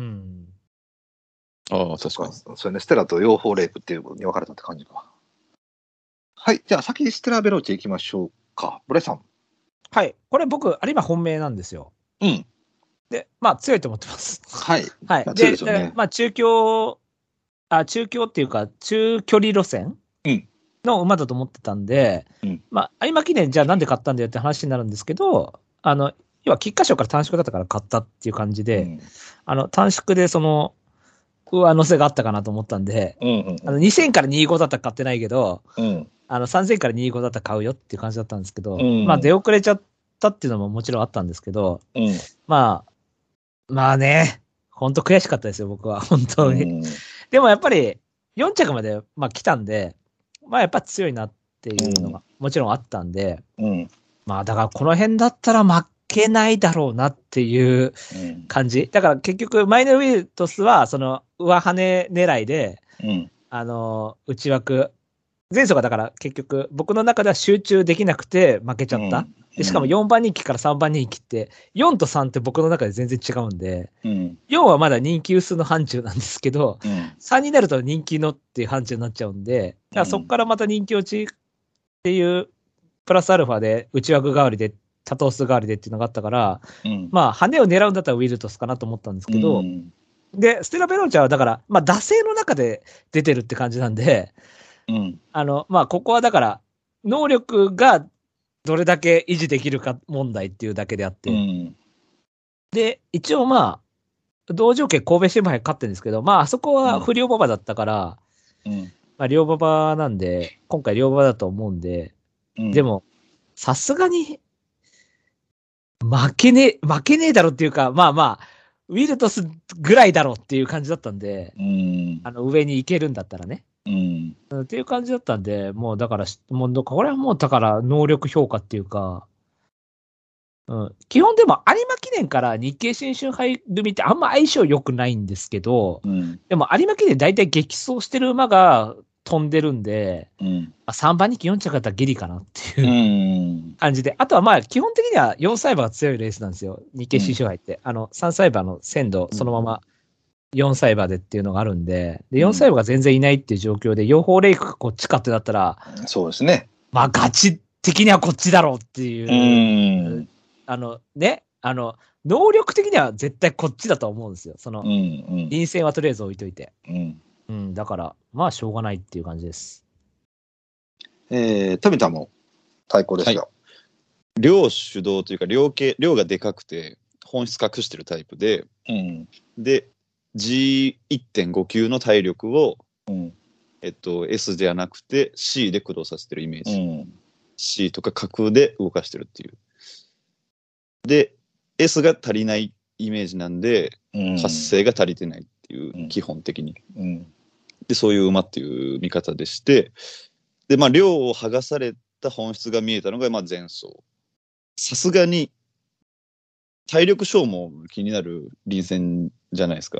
Speaker 3: 確かに。
Speaker 2: それね、ステラと養蜂レイクっていうに分かれたって感じか。はい。じゃあ、先にステラベローチェ行きましょうか。ブレさん。
Speaker 1: はい。これ僕、有馬本命なんですよ。で、まあ、強いと思ってます。
Speaker 2: はい。
Speaker 1: はい。
Speaker 2: 強いですよね。
Speaker 1: まあ、中京っていうか、中距離路線の馬だと思ってたんで、まあ、有馬記念じゃあなんで買ったんだよって話になるんですけど、要は、菊花賞から短縮だったから買ったっていう感じで、短縮でその、上乗せがあったかなと思ったんで、2000から25だったら買ってないけど、3000から25だったら買うよっていう感じだったんですけど、まあ出遅れちゃったっていうのももちろんあったんですけど、まあね、本当悔しかったですよ、僕は。本当に。でもやっぱり、4着まで、まあ来たんで、まあやっぱ強いなっていうのがもちろんあったんで、まあだからこの辺だったら負けないだろうなっていう感じ。だから結局、マイネル・ウィルトスは、その、上跳ね狙いで、内枠。前走がだから結局、僕の中では集中できなくて負けちゃった。でしかも4番人気から3番人気って、4と3って僕の中で全然違うんで、4はまだ人気薄の範疇なんですけど、3になると人気のっていう範疇になっちゃうんで、だからそこからまた人気落ちっていう、プラスアルファで内枠代わりで、多頭数代わりでっていうのがあったから、まあ、羽を狙うんだったらウィルトスかなと思ったんですけど、 で、ステラ・ベロンチャはだから、まあ、惰性の中で出てるって感じなんで、
Speaker 2: うん。
Speaker 1: まあ、ここはだから、能力がどれだけ維持できるか問題っていうだけであって、
Speaker 2: うん、
Speaker 1: で、一応まあ、同条件神戸新聞杯勝ってるんですけど、まあ、あそこは不良馬場だったから、
Speaker 2: うん、
Speaker 1: まあ、両馬場なんで、今回両馬場だと思うんで、でも、さすがに、負けねえだろっていうか、まあまあ、ウィルトスぐらいだろっていう感じだったんで、上に行けるんだったらね。っていう感じだったんで、もうだから、もうこれはもうだから能力評価っていうか、基本でも有馬記念から日経新春杯組ってあんま相性良くないんですけど、でも有馬記念大体激走してる馬が飛んでるんで、3番人気4着だったらギリかなっていう感じで、あとはまあ基本的には4歳馬が強いレースなんですよ、日経新春杯って。3歳馬の鮮度そのまま4歳馬でっていうのがあるんで、4歳馬が全然いないっていう状況で、養蜂レイクかこっちかってなったら、
Speaker 2: そうですね。
Speaker 1: まあガチ的にはこっちだろうっていう。能力的には絶対こっちだと思うんですよ。臨戦はとりあえず置いといて。だから、まあ、しょうがないっていう感じです。
Speaker 2: 富田も対抗ですよ。
Speaker 3: 量主導というか、量がでかくて、本質隠してるタイプで、で、G1.5 級の体力を、S ではなくて C で駆動させてるイメージ。C とか架空で動かしてるっていう。で、S が足りないイメージなんで、活性が足りてないっていう、基本的に。で、そういう馬っていう見方でして、で、まあ、量を剥がされた本質が見えたのが、まあ、前走。さすがに、体力消耗気になる臨戦じゃないですか。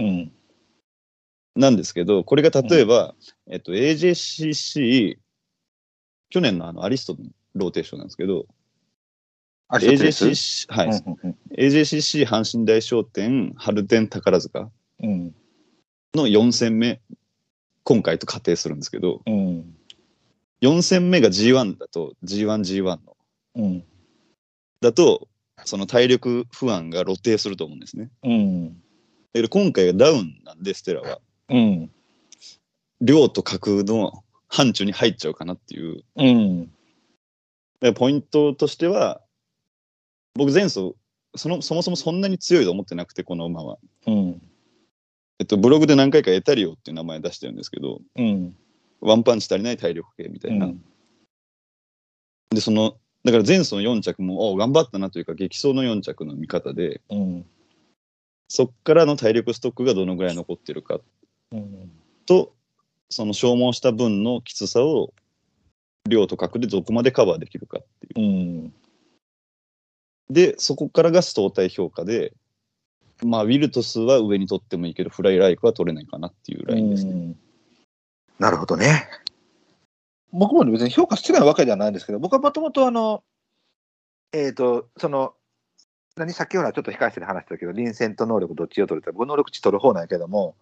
Speaker 3: なんですけど、これが例えば、AJCC、去年のアリストのローテーションなんですけど、AJCC、はい。AJCC 阪神大商店、春天宝塚の4戦目、今回と仮定するんですけど、4戦目が G1 だと、G1 の。だと、その体力不安が露呈すると思うんですね。だけど今回がダウンなんで、ステラは。量と格の範疇に入っちゃうかなっていう。でポイントとしては、僕前走そもそもそんなに強いと思ってなくて、この馬は。ブログで何回かエタリオっていう名前出してるんですけど、ワンパンチ足りない体力系みたいな。で、だから前走の4着も、頑張ったなというか、激走の4着の見方で、そっからの体力ストックがどのぐらい残ってるか、と、その消耗した分のきつさを、量と格でどこまでカバーできるかっていう。で、そこからがストータイ評価で、まあ、ウィルトスは上に取ってもいいけど、フライライクは取れないかなっていうラインですね。
Speaker 2: なるほどね。僕も別に評価してないわけではないんですけど、僕はもともとさっきほらちょっと控え室で話したけど、臨戦と能力どっちを取るって、僕能力値取る方なんやけども、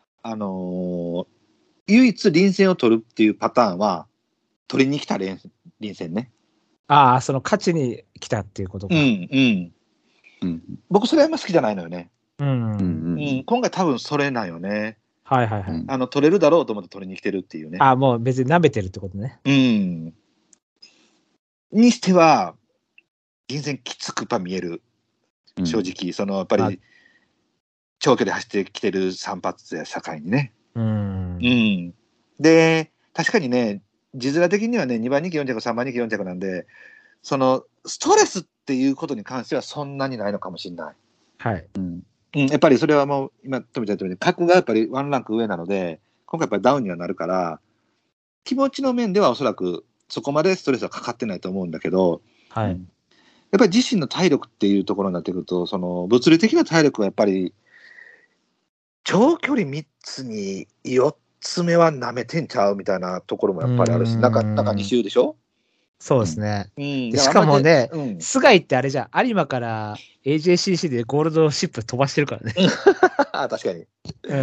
Speaker 2: 唯一臨戦を取るっていうパターンは、取りに来た臨戦ね。
Speaker 1: ああ、その勝ちに来たっていうことか。
Speaker 2: 僕それあんま好きじゃないのよね。今回多分それなんよね。取れるだろうと思って取りに来てるっていうね。
Speaker 1: もう別に舐めてるってことね。
Speaker 2: にしては、臨戦きつく見える。正直、やっぱり、長距離走ってきてる散髪や社会にね。で、確かにね、字面的にはね、2番人気4着、3番人気4着なんで、ストレスっていうことに関してはそんなにないのかもしれない。やっぱりそれはもう、今、富ちゃん言ったように、格がやっぱりワンランク上なので、今回やっぱりダウンにはなるから、気持ちの面ではおそらくそこまでストレスはかかってないと思うんだけど、やっぱり自身の体力っていうところになってくると、物理的な体力はやっぱり、長距離3つに4つ目は舐めてんちゃうみたいなところもやっぱりあるし、中2周でしょ。
Speaker 1: そうですね。しかもね、菅井ってあれじゃん、有馬から AJCC でゴールドシップ飛ばしてるからね。
Speaker 2: 確かに。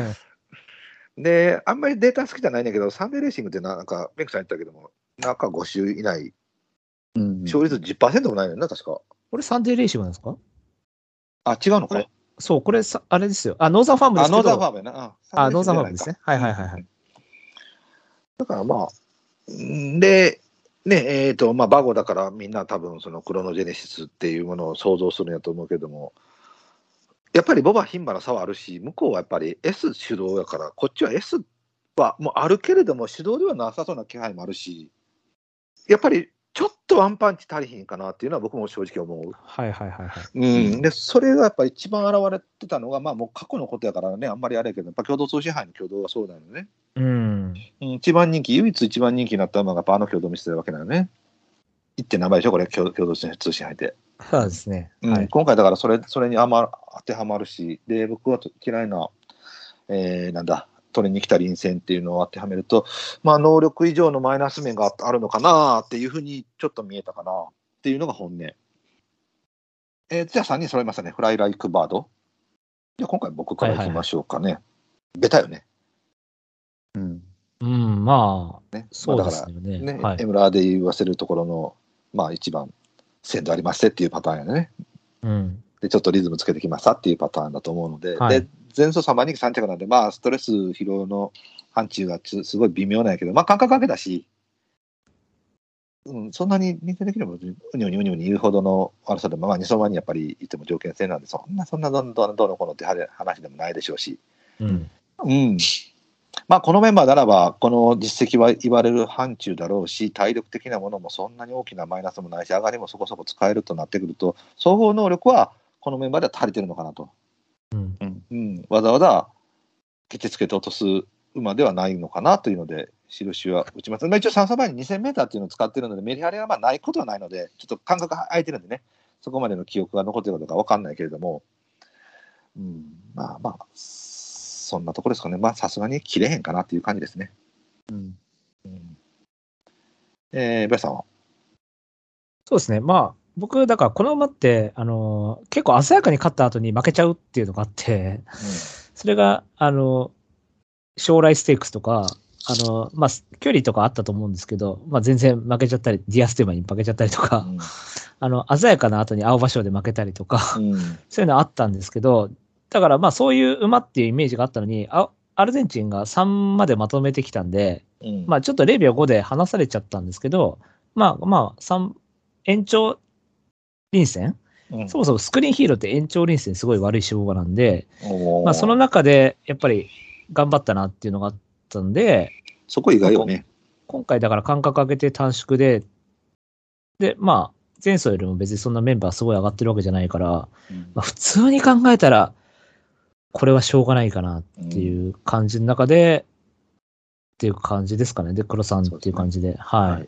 Speaker 2: で、あんまりデータ好きじゃないんだけど、サンデーレーシングってなんか、メイクさん言ったけども、中5周以内、勝率 10% もないのよな、確か。
Speaker 1: これサンデーレーシングなんですか？
Speaker 2: 違うのか。
Speaker 1: そう、これあれですよ。ノーザンファームですけど。
Speaker 2: ノーザンファームやな。
Speaker 1: ノーザンファームですね。はいはいはいはい。
Speaker 2: だからまあ、で、ね、まあ、バゴだからみんな多分そのクロノジェネシスっていうものを想像するんやと思うけども、やっぱりボバ、牝馬の差はあるし、向こうはやっぱり S 主導やから、こっちは S はもうあるけれども、主導ではなさそうな気配もあるし、やっぱりちょっとワンパンチ足りひんかなっていうのは僕も正直思う。
Speaker 1: はいはいはいはい。
Speaker 2: で、それがやっぱり一番現れてたのが、まあもう過去のことやからね、あんまりあれやけど、やっぱ共同通信杯の挙動はそうなのね。一番人気、唯一一番人気になった馬がやっぱ挙動を見せてるわけなのね。1. 何倍でしょ、これ、共同通信杯で。
Speaker 1: そうですね。
Speaker 2: はい、今回だからそれに当てはまるし、で、僕は嫌いな、取りに来た臨戦っていうのを当てはめると、まあ、能力以上のマイナス面があるのかなっていうふうにちょっと見えたかなっていうのが本音。じゃあ3人揃いましたね。フライライクバード。じゃあ今回僕からいきましょうかね。ベタよね。
Speaker 1: まあ、ね、そうですよね。
Speaker 2: だからね、エムラーで言わせるところの、まあ一番鮮度ありましてっていうパターンやね。で、ちょっとリズムつけてきましたっていうパターンだと思うので、で、前走3番人気3着なんで、まあ、ストレス疲労の範疇がすごい微妙なんやけど、まあ、間隔かけだし、そんなに人間的にもうにょにょにょに言うほどの悪さでも、まあ、2走前にやっぱりいても条件性なんで、そんなどうのこうのって話でもないでしょうし、まあ、このメンバーならば、この実績は言われる範疇だろうし、体力的なものもそんなに大きなマイナスもないし、上がりもそこそこ使えるとなってくると、総合能力はこのメンバーでは足りてるのかなと。わざわざケチつけて落とす馬ではないのかなというので、印は打ちます。一応3走前に 2000m っていうのを使っているので、メリハリはまあないことはないので、ちょっと感覚が空いてるんでね、そこまでの記憶が残っているかどうか分かんないけれども、まあ、そんなところですかね。まあ、さすがに切れへんかなっていう感じですね。ベアさんは？
Speaker 1: そうですね。まあ、僕、だからこの馬って、結構鮮やかに勝った後に負けちゃうっていうのがあって、それが、将来ステークスとか、まあ、距離とかあったと思うんですけど、まあ、全然負けちゃったり、ディアステーマに負けちゃったりとか、鮮やかな後に青葉賞で負けたりとか、そういうのあったんですけど、だからまあ、そういう馬っていうイメージがあったのに、アルゼンチンが3までまとめてきたんで、まあ、ちょっと0秒5で離されちゃったんですけど、まあ、延長臨戦、そもそもスクリーンヒーローって延長臨戦すごい悪い勝負なんで、まあ、その中でやっぱり頑張ったなっていうのがあったんで、
Speaker 2: そこ意外よね。
Speaker 1: 今回だから間隔空けて短縮で、まあ、前走よりも別にそんなメンバーすごい上がってるわけじゃないから、まあ、普通に考えたら、これはしょうがないかなっていう感じの中で、っていう感じですかね。で、黒さんっていう感じで。はい。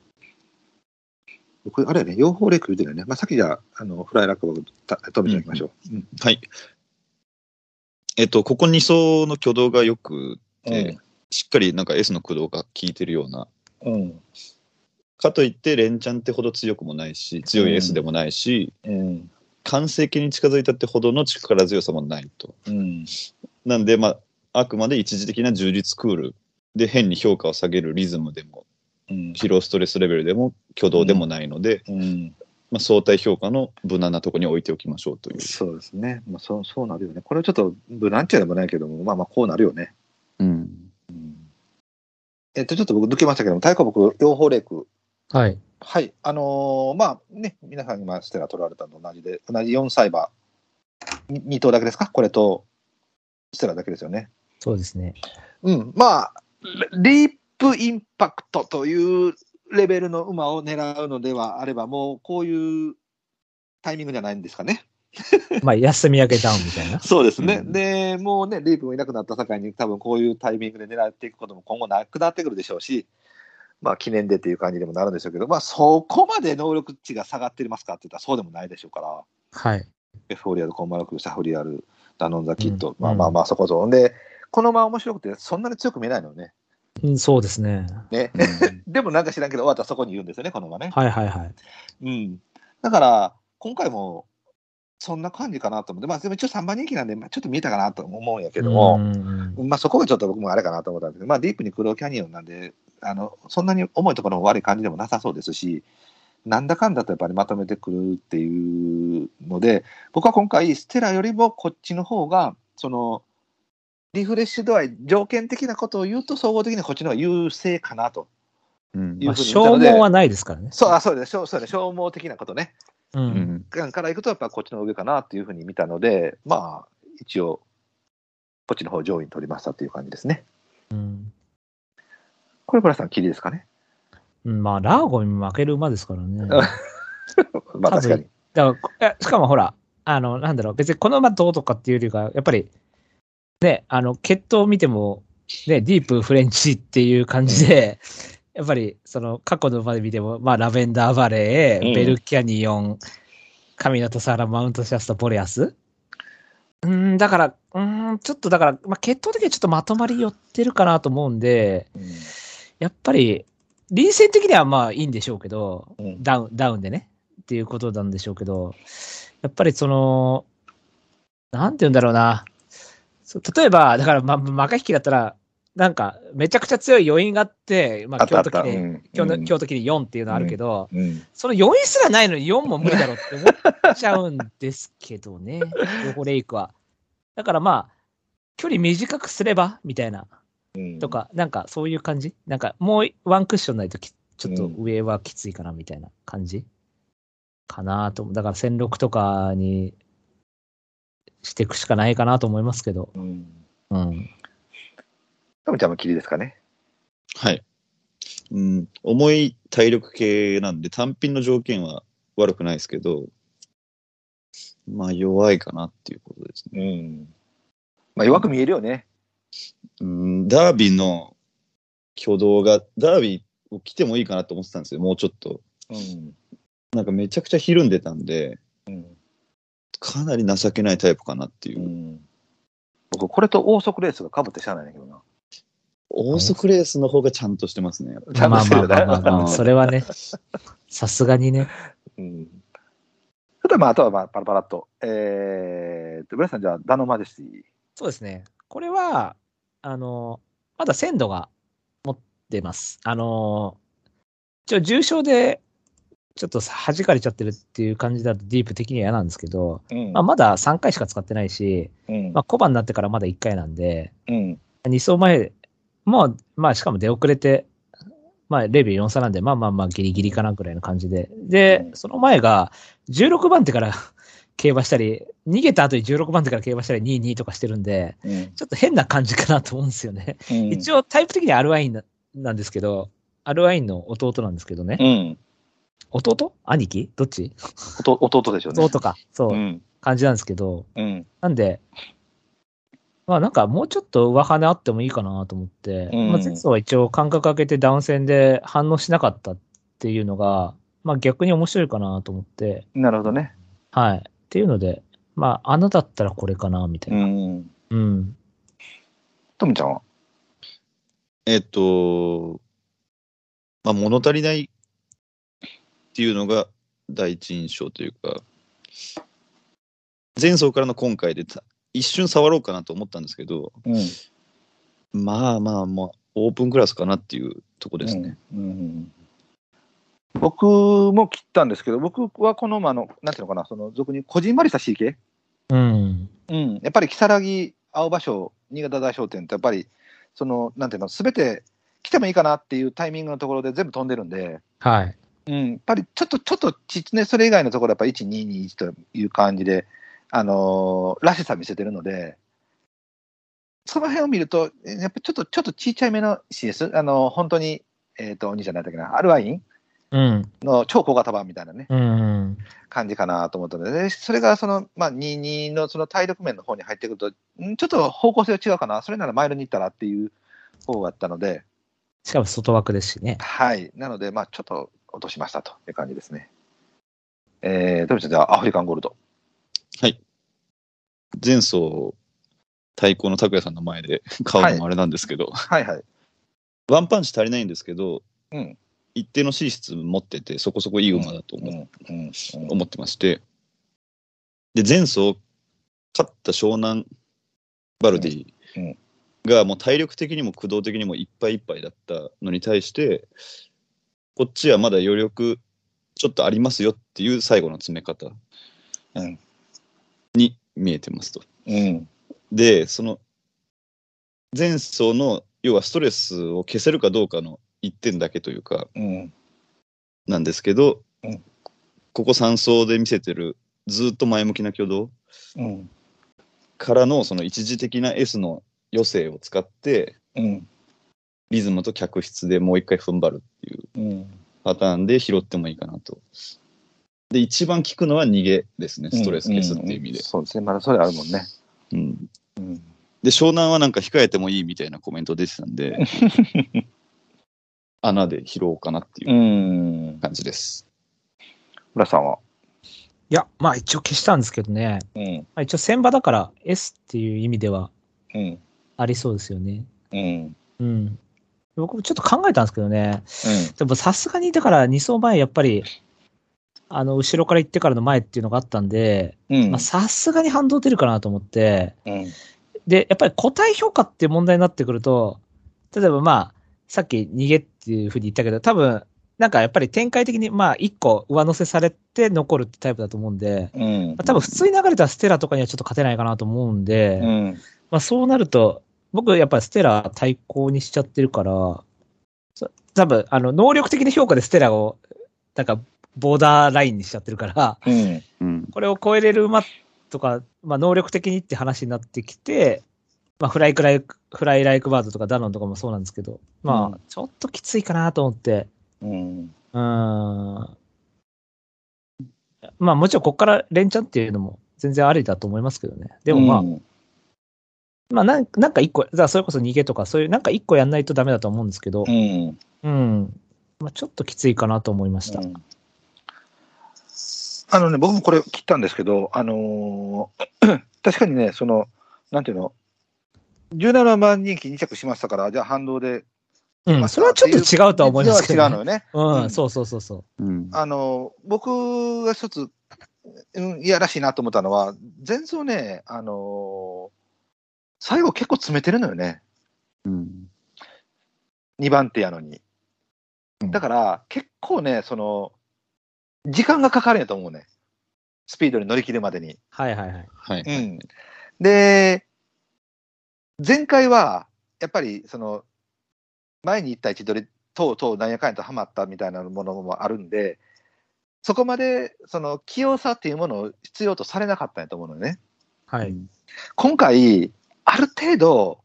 Speaker 2: 僕、あれやね、養蜂レイク言うてるよね。まあ、さっきじゃあ、フライラックを止めていきましょう。
Speaker 3: はい。ここ2走の挙動がよくて、しっかりなんか S の駆動が効いてるような。かといって、連チャンってほど強くもないし、強い S でもないし、完成形に近づいたってほどの力強さもないと。なんで、まあ、あくまで一時的な充実クールで変に評価を下げるリズムでも、疲労ストレスレベルでも挙動でもないので、まあ、相対評価の無難なところに置いておきましょうという。
Speaker 2: そうですね。まあ、そうなるよね。これはちょっと無難っちゃでもないけども、まあこうなるよね。ちょっと僕抜けましたけども、太鼓僕、養蜂レイク。
Speaker 1: はい。
Speaker 2: はい。まあね、皆さん今ステラ取られたのと同じで、同じ4サイバー、2頭だけですか？これとステラだけですよね。
Speaker 1: そうですね。
Speaker 2: まあ、リープインパクトというレベルの馬を狙うのではあれば、もうこういうタイミングじゃないんですかね。
Speaker 1: まあ、休み明けダウンみたいな。
Speaker 2: そうですね。で、もうね、リープもいなくなった境に、多分こういうタイミングで狙っていくことも今後なくなってくるでしょうし、まあ、記念でっていう感じでもなるんでしょうけど、まあ、そこまで能力値が下がってますかって言ったらそうでもないでしょうから、
Speaker 1: はい。
Speaker 2: エフォーリアル、コンマロク、シャフリアル、ダノンザキット、まあ、そこそこ。で、この馬面白くて、そんなに強く見えないのよね。
Speaker 1: そうですね。
Speaker 2: でもなんか知らんけど、終わったらそこにいるんですよね、この馬ね。
Speaker 1: はい。
Speaker 2: だから、今回も、そんな感じかなと思って、まあ、でも一応3番人気なんで、まあ、ちょっと見えたかなと思うんやけども、まあ、そこがちょっと僕もあれかなと思ったんですけど、まあ、ディープにクローキャニオンなんで、そんなに重いところも悪い感じでもなさそうですし、 なんだかんだとやっぱりまとめてくるっていうので、僕は今回、ステラよりもこっちの方が、そのリフレッシュ度合い、条件的なことを言うと、総合的にこっちの方が優勢かなというふうに見たので、
Speaker 1: 消耗はないですからね。
Speaker 2: そうです、消耗的なことね。からいくと、やっぱこっちの方が上かなというふうに見たので、まあ、一応、こっちの方上位に取りましたという感じですね。これ、ブラさん、キリですかね。
Speaker 1: まあ、ラーゴに負ける馬ですからね。
Speaker 2: まあ、確かに。
Speaker 1: だからしかもほら、なんだろう、別にこの馬どうとかっていうよりか、やっぱり、ね、血統を見ても、ね、ディープフレンチっていう感じで、やっぱり、その、過去の馬で見ても、まあ、ラベンダーバレー、ベルキャニオン、神のトサラ、マウントシャスタ、ボレアス。だから、ちょっとだから、まあ、血統的にはちょっとまとまり寄ってるかなと思うんで、やっぱり、臨戦的にはまあいいんでしょうけど、ダウンでね、っていうことなんでしょうけど、やっぱりその、なんて言うんだろうな。例えば、だから、マカヒキだったら、なんか、めちゃくちゃ強い余韻があって、まあ、京都記念4っていうのあるけど、その余韻すらないのに4も無理だろうって思っちゃうんですけどね、ロホレイクは。だからまあ、距離短くすれば、みたいな、とか、なんかそういう感じなんか、もうワンクッションないとちょっと上はきついかな、みたいな感じかなと。だから1006とかにしていくしかないかなと思いますけど。
Speaker 2: トムちゃんもキリですかね。
Speaker 3: はい。重い体力系なんで単品の条件は悪くないですけど、まあ弱いかなっていうことですね。
Speaker 2: まあ弱く見えるよね。
Speaker 3: ダービーの挙動が、ダービーを来てもいいかなと思ってたんですよ、もうちょっと。なんかめちゃくちゃひるんでたんで、かなり情けないタイプかなっていう。
Speaker 2: 僕、これとオーソクレースが被ってしゃあないんだけどな。
Speaker 3: オーソクレースの方がちゃんとしてますね。
Speaker 2: ちゃんとしてるね。
Speaker 1: まあ、それはね、さすがにね。
Speaker 2: まあ、あとはまあパラパラっと。ブラさん、じゃあ、ダノマジェスティ。
Speaker 1: そうですね。これは、まだ鮮度が持ってます。重症で、ちょっと弾かれちゃってるっていう感じだとディープ的には嫌なんですけど、まあ、まだ3回しか使ってないし、まあ、小判になってからまだ1回なんで、2走前、まあ、しかも出遅れて、まあ、0秒43なんで、まあ、ギリギリかなぐらいの感じで。で、その前が、16番手から競馬したり、逃げた後に16番手から競馬したり、2-2とかしてるんで、ちょっと変な感じかなと思うんですよね。一応、タイプ的にはアルワインなんですけど、アルワインの弟なんですけどね。弟？兄貴？どっち？
Speaker 2: 弟でしょうね。
Speaker 1: 弟か。そう、感じなんですけど、なんで、まあなんかもうちょっと上跳ねあってもいいかなと思って、まあ前走は一応間隔空けてダウン戦で反応しなかったっていうのが、まあ逆に面白いかなと思って。
Speaker 2: なるほどね。
Speaker 1: はい。っていうので、まあ穴だったらこれかなみたいな。
Speaker 2: トムちゃんは？
Speaker 3: まあ物足りないっていうのが第一印象というか、前走からの今回で一瞬触ろうかなと思ったんですけど、まあオープンクラスかなっていうとこですね。
Speaker 2: 僕も切ったんですけど、僕はこの馬のなんていうのかな、その俗にこじんまりした CK、やっぱり如月、青葉賞、新潟大商店ってやっぱりそのなんていうの、すべて来てもいいかなっていうタイミングのところで全部飛んでるんで、やっぱりちょっとそれ以外のところやっぱ1、2、2、1という感じで、らしさ見せてるので、その辺を見ると、やっぱちょっと小さいめの CS、本当に、お兄ちゃんなんだっけな、アルワインの超小型版みたいなね、感じかなと思ったので、それがその、まあ、22のその体力面の方に入ってくると、ちょっと方向性は違うかな、それならマイルに行ったらっていう方だったので、
Speaker 1: しかも外枠ですしね。
Speaker 2: はい。なので、まあ、ちょっと落としましたという感じですね。トミちゃん、じゃあ、アフリカンゴールド。
Speaker 3: はい。前走、対抗の拓也さんの前で買うのもあれなんですけど、ワンパンチ足りないんですけど、一定の資質持ってて、そこそこいい馬だと思ってまして、で、前走、勝った湘南バルディがもう体力的にも駆動的にもいっぱいいっぱいだったのに対して、こっちはまだ余力ちょっとありますよっていう最後の詰め方に見えてますと。で、その前走の要はストレスを消せるかどうかの1点だけというか、なんですけど、ここ3走で見せてるずっと前向きな挙動、からのその一時的な S の余生を使って、リズムと客室でもう一回踏ん張るっていうパターンで拾ってもいいかなと。で、一番効くのは逃げですね、ストレス消すっていう意味で。
Speaker 2: そうですね、まだそれあるもんね。
Speaker 3: で、湘南はなんか控えてもいいみたいなコメント出てたんで、穴で拾おうかなっていう感じです。
Speaker 2: 浦さんは？
Speaker 1: いや、まあ一応消したんですけどね。まあ、一応先場だから S っていう意味ではありそうですよね。僕もちょっと考えたんですけどね。でもさすがにだから2走前やっぱり後ろから行ってからの前っていうのがあったんで、さすがに反動出るかなと思って、で、やっぱり個体評価っていう問題になってくると、例えばまあ、さっき逃げっていうふうに言ったけど、多分、なんかやっぱり展開的にまあ1個上乗せされて残るってタイプだと思うんで、多分普通に流れたステラとかにはちょっと勝てないかなと思うんで、まあそうなると、僕やっぱりステラ対抗にしちゃってるから、多分能力的な評価でステラを、なんかボーダーラインにしちゃってるから、これを超えれる馬とか、まあ能力的にって話になってきて、まあフライライクバードとかダノンとかもそうなんですけど、まあちょっときついかなと思って、まあもちろんここから連チャンっていうのも全然ありだと思いますけどね。でもまあなんか一個、それこそ逃げとかそういうなんか一個やんないとダメだと思うんですけど、まあちょっときついかなと思いました。
Speaker 2: 僕もこれ切ったんですけど、確かにね、なんていうの、17番人気2着しましたから、じゃあ反動で、
Speaker 1: それはちょっと違うとは思いますけど、
Speaker 2: 違うのよね。
Speaker 1: そう。
Speaker 2: 僕が一つ、いやらしいなと思ったのは、前走ね、最後結構詰めてるのよね。2番手やのに。だから、結構ね、時間がかかるんやと思うね。スピードに乗り切るまでに。で、前回は、やっぱり、前に行った位置取り、等なんやかんやとはまったみたいなものもあるんで、そこまで、器用さっていうものを必要とされなかったんやと思うのよね。今回、ある程度、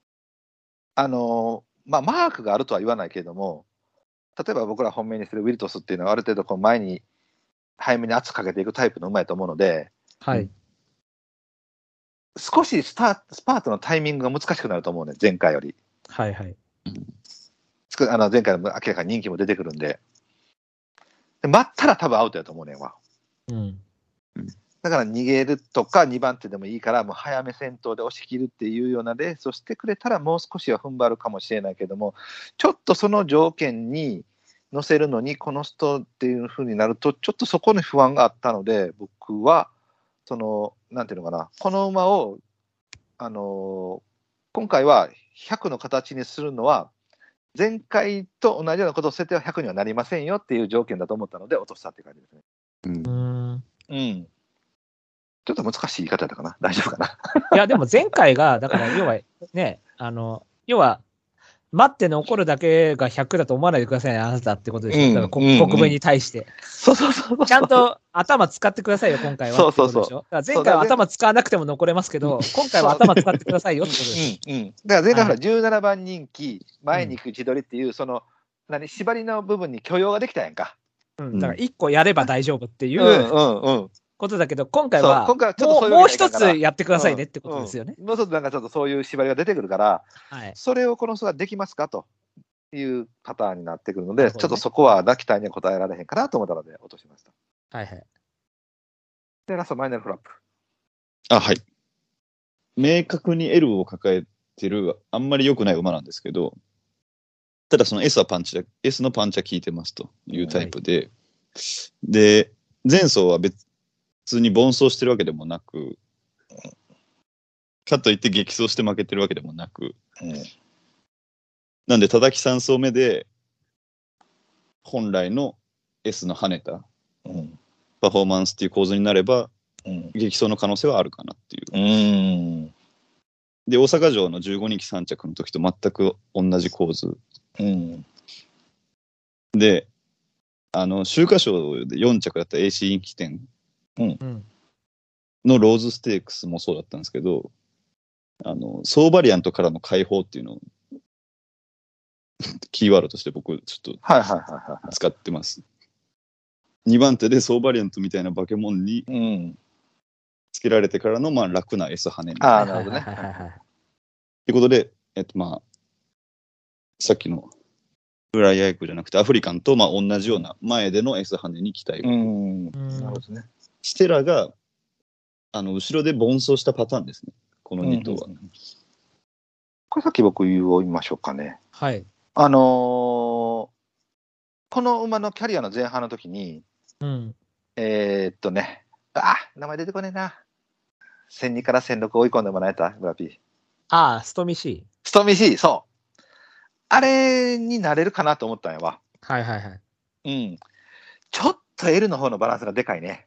Speaker 2: まあ、マークがあるとは言わないけれども、例えば僕ら本命にするウィルトスっていうのはある程度こう前に早めに圧かけていくタイプの馬やと思うので、少しスパートのタイミングが難しくなると思うね、前回より。前回の明らかに人気も出てくるんで、待ったら多分アウトやと思うねんわ。だから逃げるとか2番手でもいいから、もう早め先頭で押し切るっていうようなレースをしてくれたら、もう少しは踏ん張るかもしれないけども、ちょっとその条件に乗せるのに、この人っていう風になると、ちょっとそこに不安があったので、僕は、なんていうのかな、この馬を、今回は100の形にするのは、前回と同じようなことを設定は100にはなりませんよっていう条件だと思ったので、落としたって感じですね。ちょっと難しい言い方だかな。大丈夫かな。
Speaker 1: いや、でも前回が、だから要はね、要は、待って残るだけが100だと思わないでくださいね、あなたってことでしょ。だから国名に対して。ちゃんと頭使ってくださいよ、今回は。だから前回は頭使わなくても残れますけど、今回は頭使ってくださいよってことです。
Speaker 2: だから前回ほら、17番人気、前に行く位置取りっていう、縛りの部分に許容ができたやんか。
Speaker 1: だから1個やれば大丈夫っていう。ことだけど、今回はもう一つやってくださいねってことですよね。
Speaker 2: もう一つなんかちょっとそういう縛りが出てくるから、それをこの人ができますかというパターンになってくるので、ちょっとそこは期待には応えられへんかなと思ったので落としました。で、ラストマイナルフラップ。
Speaker 3: 明確に L を抱えてる、あんまり良くない馬なんですけど、ただその S のパンチは効いてますというタイプで、で、前走は普通に奔走してるわけでもなく、かといって激走して負けてるわけでもなく、なんで叩き3走目で本来の S の跳ねたパフォーマンスっていう構図になれば、激走の可能性はあるかなっていう。で、大阪城の15人3着の時と全く同じ構図。で、秋華賞で4着だった AC インキ店のローズステークスもそうだったんですけど、ソーバリアントからの解放っていうのをキーワードとして僕ちょっと使ってます。2番手でソーバリアントみたいな化け物につけられてからのまあ楽な S 跳ねみたいな。なるほどね。ということで、まあさっきのフライアイクじゃなくてアフリカンとまあ同じような前での S 跳ねに期待を。なるほどね。ステラが後ろで奔走したパターンですね。この2頭は。
Speaker 2: これさっき僕言いましょうかね。
Speaker 1: はい。
Speaker 2: この馬のキャリアの前半の時に、名前出てこねえな。1002から1006追い込んでもらえたブラピー。
Speaker 1: ストミシー。
Speaker 2: ストミシー、そう。あれになれるかなと思ったんやわ。
Speaker 1: はいはいはい。
Speaker 2: ちょっと L の方のバランスがでかいね。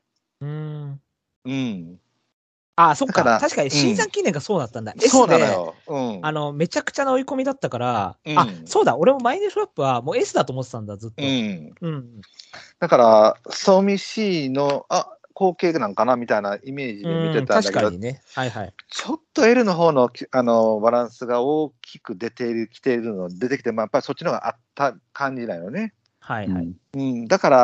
Speaker 1: そっか。確かに新山記念がそうだったんだ。
Speaker 2: そうなの
Speaker 1: よ。めちゃくちゃな追い込みだったから、そうだ、俺もマイネルフラップはもう S だと思ってたんだ、ずっと。
Speaker 2: だから、ストミシーの、後継なんかなみたいなイメージで見てたんだけど、
Speaker 1: 確かにね。はいはい。
Speaker 2: ちょっと L の方の、バランスが大きく出てきてて、やっぱりそっちの方があった感じだよね。
Speaker 1: はいはい。
Speaker 2: だから、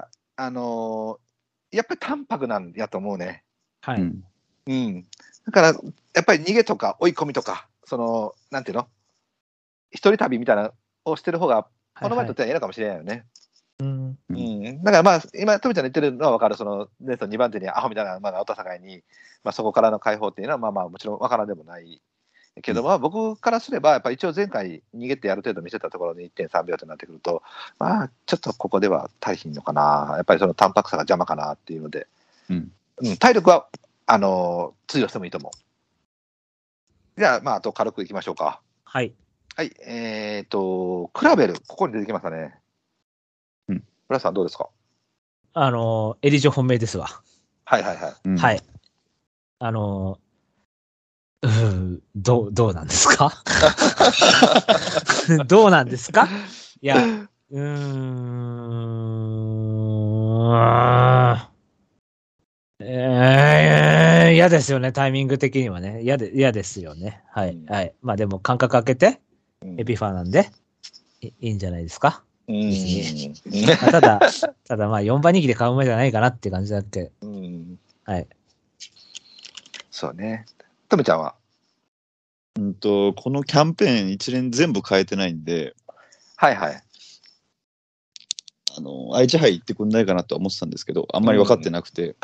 Speaker 2: やっぱり淡白なんやと思うね。
Speaker 1: はい。
Speaker 2: だから、やっぱり逃げとか追い込みとか、なんていうの一人旅みたいなのをしてる方が、この前にとってはいいのかもしれないよね。だからまあ、今、富ちゃんの言ってるのは分かる、レースの2番手にアホみたいな馬がおった境に、そこからの解放っていうのは、もちろん分からんでもないけど、僕からすれば、やっぱり一応前回逃げてある程度見せたところで 1.3 秒となってくると、ちょっとここでは足りひんのかな、やっぱりその淡白さが邪魔かなっていうので、体力は、通用してもいいと思う。じゃあ、あと軽くいきましょうか。
Speaker 1: はい。
Speaker 2: はい。クラベル、ここに出てきましたね。村さんどうですか？
Speaker 1: エリジョ本命ですわ。
Speaker 2: はいはいはい。
Speaker 1: はい。どうなんですかどうなんですかいや、嫌ですよね、タイミング的にはね。嫌ですよね。はい。はい。でも、間隔空けて、エピファーなんで、いいんじゃないですか。ただ4番人気で買う馬じゃないかなっていう感じだって。はい。
Speaker 2: そうね。トムちゃんは
Speaker 3: このキャンペーン一連全部変えてないんで、
Speaker 2: はいはい。
Speaker 3: 愛知杯行ってくんないかなとは思ってたんですけど、あんまり分かってなくて。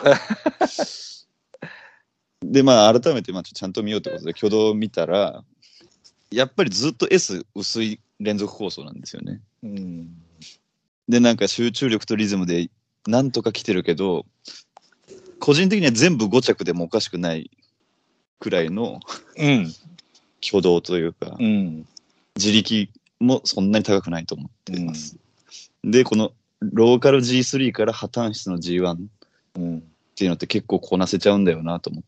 Speaker 3: で、改めてちゃんと見ようってことで挙動を見たら、やっぱりずっと S 薄い連続構想なんですよね。で、なんか集中力とリズムでなんとか来てるけど、個人的には全部5着でもおかしくないくらいの、挙動というか、自力もそんなに高くないと思っています。で、このローカル G3 から破綻室の G1 っていうのって結構こなせちゃうんだよなと思って、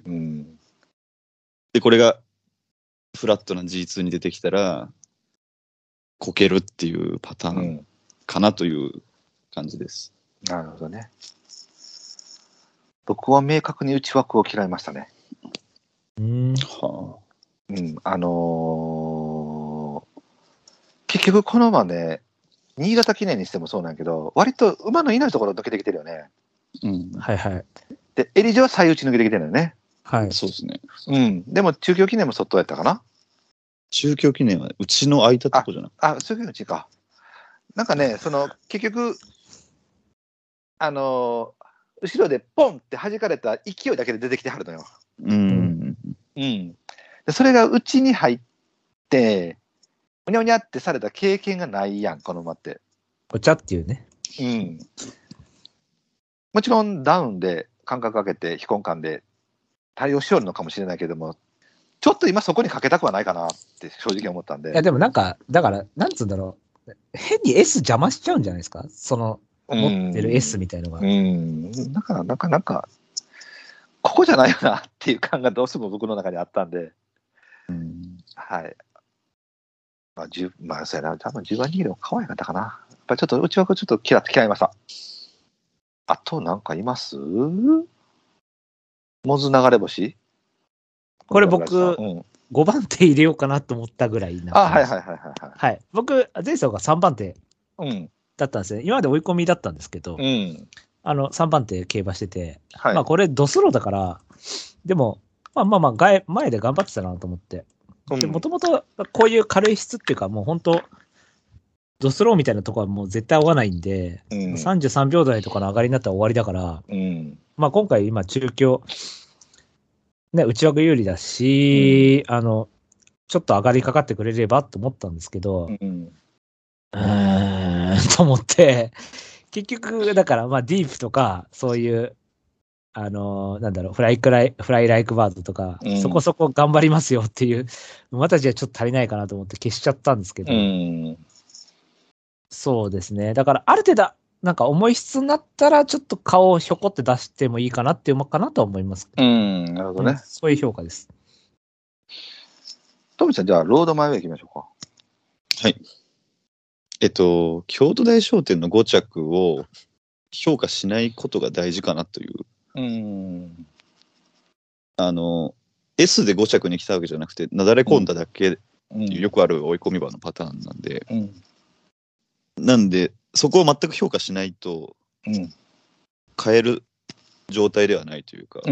Speaker 3: で、これがフラットな G2 に出てきたら、こけるっていうパターンかなという感じです。
Speaker 2: なるほどね。僕は明確に内枠を嫌いましたね。結局この馬ね、新潟記念にしてもそうなんやけど、割と馬のいないところ抜けてきてるよね。
Speaker 1: はいはい。
Speaker 2: で、エリジョは最内抜けてきてるよね。
Speaker 1: はい。
Speaker 3: そうですね。
Speaker 2: でも中京記念も外やったかな。
Speaker 3: 中京記念はうちの空いたとこじゃなくて。
Speaker 2: 中京うちか。なんかね、結局、後ろでポンって弾かれた勢いだけで出てきてはるのよ。でそれが内に入って、うにゃうにゃってされた経験がないやん、この馬って。
Speaker 1: お茶っていうね。
Speaker 2: もちろんダウンで間隔かけて、非根幹で対応しよるのかもしれないけども、ちょっと今そこにかけたくはないかなって正直思ったんで。
Speaker 1: いや、でもなんか、だから、なんつうんだろう。変に S 邪魔しちゃうんじゃないですか持ってる S みたいのが。
Speaker 2: だからなんか、ここじゃないよなっていう感がどうしても僕の中にあったんで、はい。まあ、そうやな、多分10番握りも可愛かったかな。やっぱりちょっと、内枠ちょっと嫌いました。あとなんかいます？モズ流れ星？
Speaker 1: これ僕、5番手入れようかなと思ったぐらいな。
Speaker 2: はい。
Speaker 1: はい。僕、前走が3番手だったんですね。今まで追い込みだったんですけど、3番手競馬してて、まあこれドスローだから、でも、まあ、前で頑張ってたなと思って。もともとこういう軽い質っていうか、もう本当ドスローみたいなとこはもう絶対合わないんで、33秒台とかの上がりになったら終わりだから、まあ今回今中京、ね、内枠有利だし、ちょっと上がりかかってくれればと思ったんですけど、と思って、結局、だから、まあ、ディープとか、そういう、なんだろう、フライライクバードとか、そこそこ頑張りますよっていう、私はちょっと足りないかなと思って消しちゃったんですけど、そうですね。だから、ある程度、なんか重い質になったら、ちょっと顔をひょこって出してもいいかなっていうのかなとは思います。
Speaker 2: なるほどね。
Speaker 1: そういう評価です。
Speaker 2: トムちゃん、じゃあ、ロードマイウェイ行きましょうか。
Speaker 3: はい。京都大商店の5着を評価しないことが大事かなという。S で5着に来たわけじゃなくて、なだれ込んだだけっていうよくある追い込み場のパターンなんで、なんで、そこを全く評価しないと、変える状態ではないというか、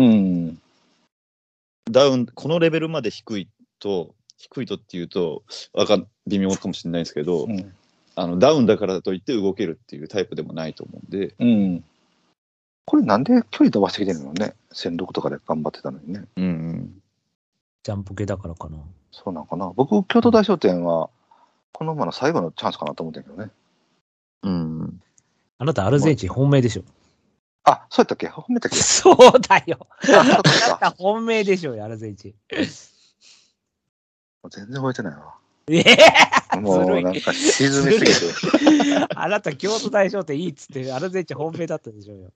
Speaker 3: ダウン、このレベルまで低いとっていうと、微妙かもしれないですけど、ダウンだからといって動けるっていうタイプでもないと思うんで。
Speaker 2: これなんで距離飛ばしてきてるのね。1006とかで頑張ってたのにね。
Speaker 1: ジャンプ系だからかな。
Speaker 2: そうなんかな。僕、京都大商店は、この馬の最後のチャンスかなと思ってるけどね。
Speaker 1: あなたアルゼンチン本命でしょ。
Speaker 2: あ、そうやったっけ？本命だっけ？
Speaker 1: そうだよ。あなた本命でしょうよ、アルゼンチン。
Speaker 2: 全然覚えてないわ。
Speaker 1: も
Speaker 2: うなんか沈みすぎて。
Speaker 1: あなた京都大商店いいっつってアルゼンチン本命だったでしょうよ。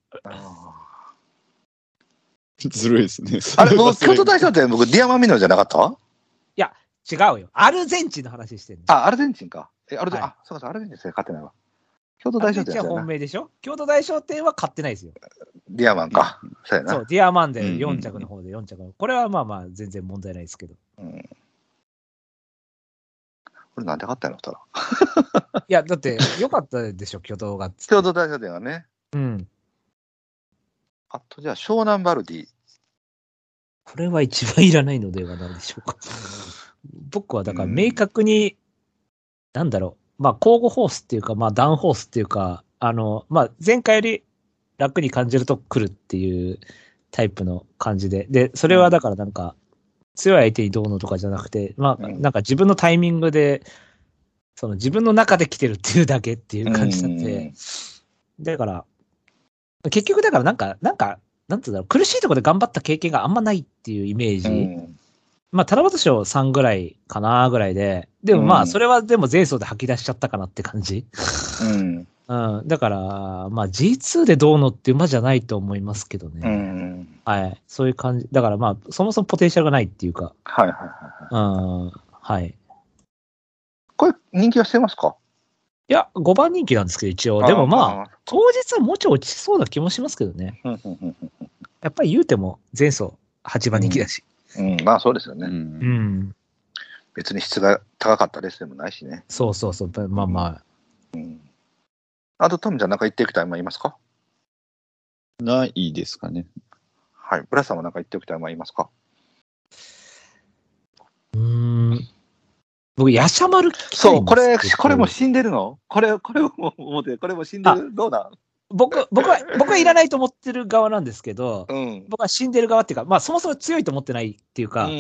Speaker 3: ずるいですね。
Speaker 2: あれ、もう京都大商店僕ディアマンミノルじゃなかった？
Speaker 1: いや、違うよ。アルゼンチンの話してるの。
Speaker 2: アルゼンチンか。そうか、アルゼンチン勝ってないわ。京都大商店は
Speaker 1: 本命でしょ？京都大商店は勝ってないですよ。
Speaker 2: ディアマンか。そうやな。
Speaker 1: そう、ディアマンで4着の方で4着。これはまあまあ全然問題ないですけど。
Speaker 2: これなんで勝ったのしたら。
Speaker 1: いや、だって良かったでしょ、京都が。
Speaker 2: 京都大商店はね。あとじゃあ、湘南バルディ。
Speaker 1: これは一番いらないのではないでしょうか。僕はだから明確に、なんだろう、まあ、交互ホースっていうか、まあ、ダウンホースっていうか、まあ、前回より楽に感じると来るっていうタイプの感じで。で、それはだからなんか、強い相手にどうのとかじゃなくて、まあ、なんか自分のタイミングで、その自分の中で来てるっていうだけっていう感じなんで、だから、結局だからなんていうんだろう、苦しいところで頑張った経験があんまないっていうイメージ。まあ、七夕賞3ぐらいかなぐらいで、でもまあ、それはでも前走で吐き出しちゃったかなって感じ。だから、まあ G2 でどうのっていう馬じゃないと思いますけどね。はい。そういう感じ。だからまあ、そもそもポテンシャルがないっていうか。はい。
Speaker 2: これ、人気はしてますか？
Speaker 1: いや、5番人気なんですけど、一応。でもまあ、当日はもうちょい落ちそうな気もしますけどね。やっぱり言うても、前走8番人気だし。
Speaker 2: まあそうですよね。別に質が高かったレースでもないしね。
Speaker 1: そう。まあまあ。
Speaker 2: あと、トムちゃんなんか言っておきたい馬いますか？
Speaker 3: ないですかね。
Speaker 2: はい。ブラスさんもなんか言っておきたい馬いますか？
Speaker 1: 僕、ヤシャマル
Speaker 2: そう、これも死んでるの？これも思って、これも死んでる？どうなん？
Speaker 1: 僕はいらないと思ってる側なんですけど、僕は死んでる側っていうか、まあそもそも強いと思ってないっていうか、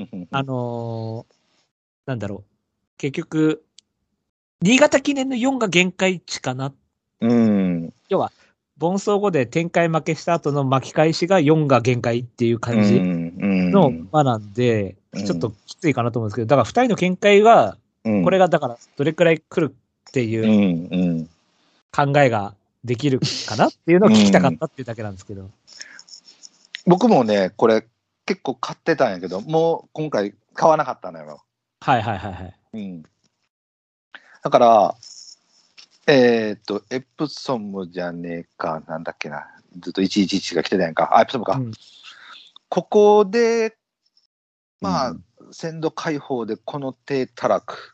Speaker 1: なんだろう、結局、新潟記念の4が限界値かな。要は、盆走後で展開負けした後の巻き返しが4が限界っていう感じの馬なんで、ちょっときついかなと思うんですけど、だから2人の見解が、これがだからどれくらい来るっていう考えができるかなっていうのを聞きたかったっていうだけなんですけど。
Speaker 2: 僕もね、これ結構買ってたんやけど、もう今回買わなかったのよ。
Speaker 1: はいはいはいはい。
Speaker 2: うん。だから、エプソムじゃねえか、なんだっけな、ずっと111が来てたやんか。あ、エプソムか。うん、ここで、まあ、鮮度開放でこの低たらく。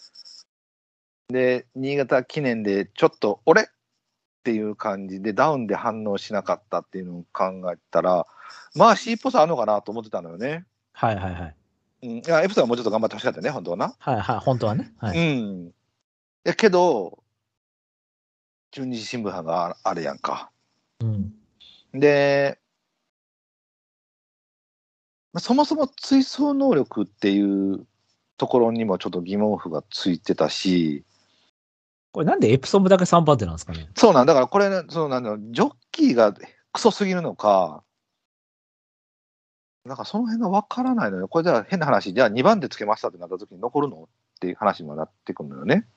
Speaker 2: で、新潟記念でちょっと、俺っていう感じでダウンで反応しなかったっていうのを考えたら、まあ C っぽさあるのかなと思ってたのよね。
Speaker 1: はいはいはい。
Speaker 2: うん、いや、エプソンはもうちょっと頑張ってほしかったよね、本当はな。
Speaker 1: はいはい、本当はね。はい、
Speaker 2: うん。やけど、中日新聞班があれやんか。
Speaker 1: うん。
Speaker 2: で、そもそも追走能力っていうところにもちょっと疑問符がついてたし、
Speaker 1: これなんでエプソムだけ3番手なんですかね。
Speaker 2: そうなんだからこれ、ね、そのなんだろう、ジョッキーがクソすぎるのか、なんかその辺が分からないのよ。これじゃあ変な話、じゃあ2番手つけましたってなった時に残るのっていう話にもなってくるのよね。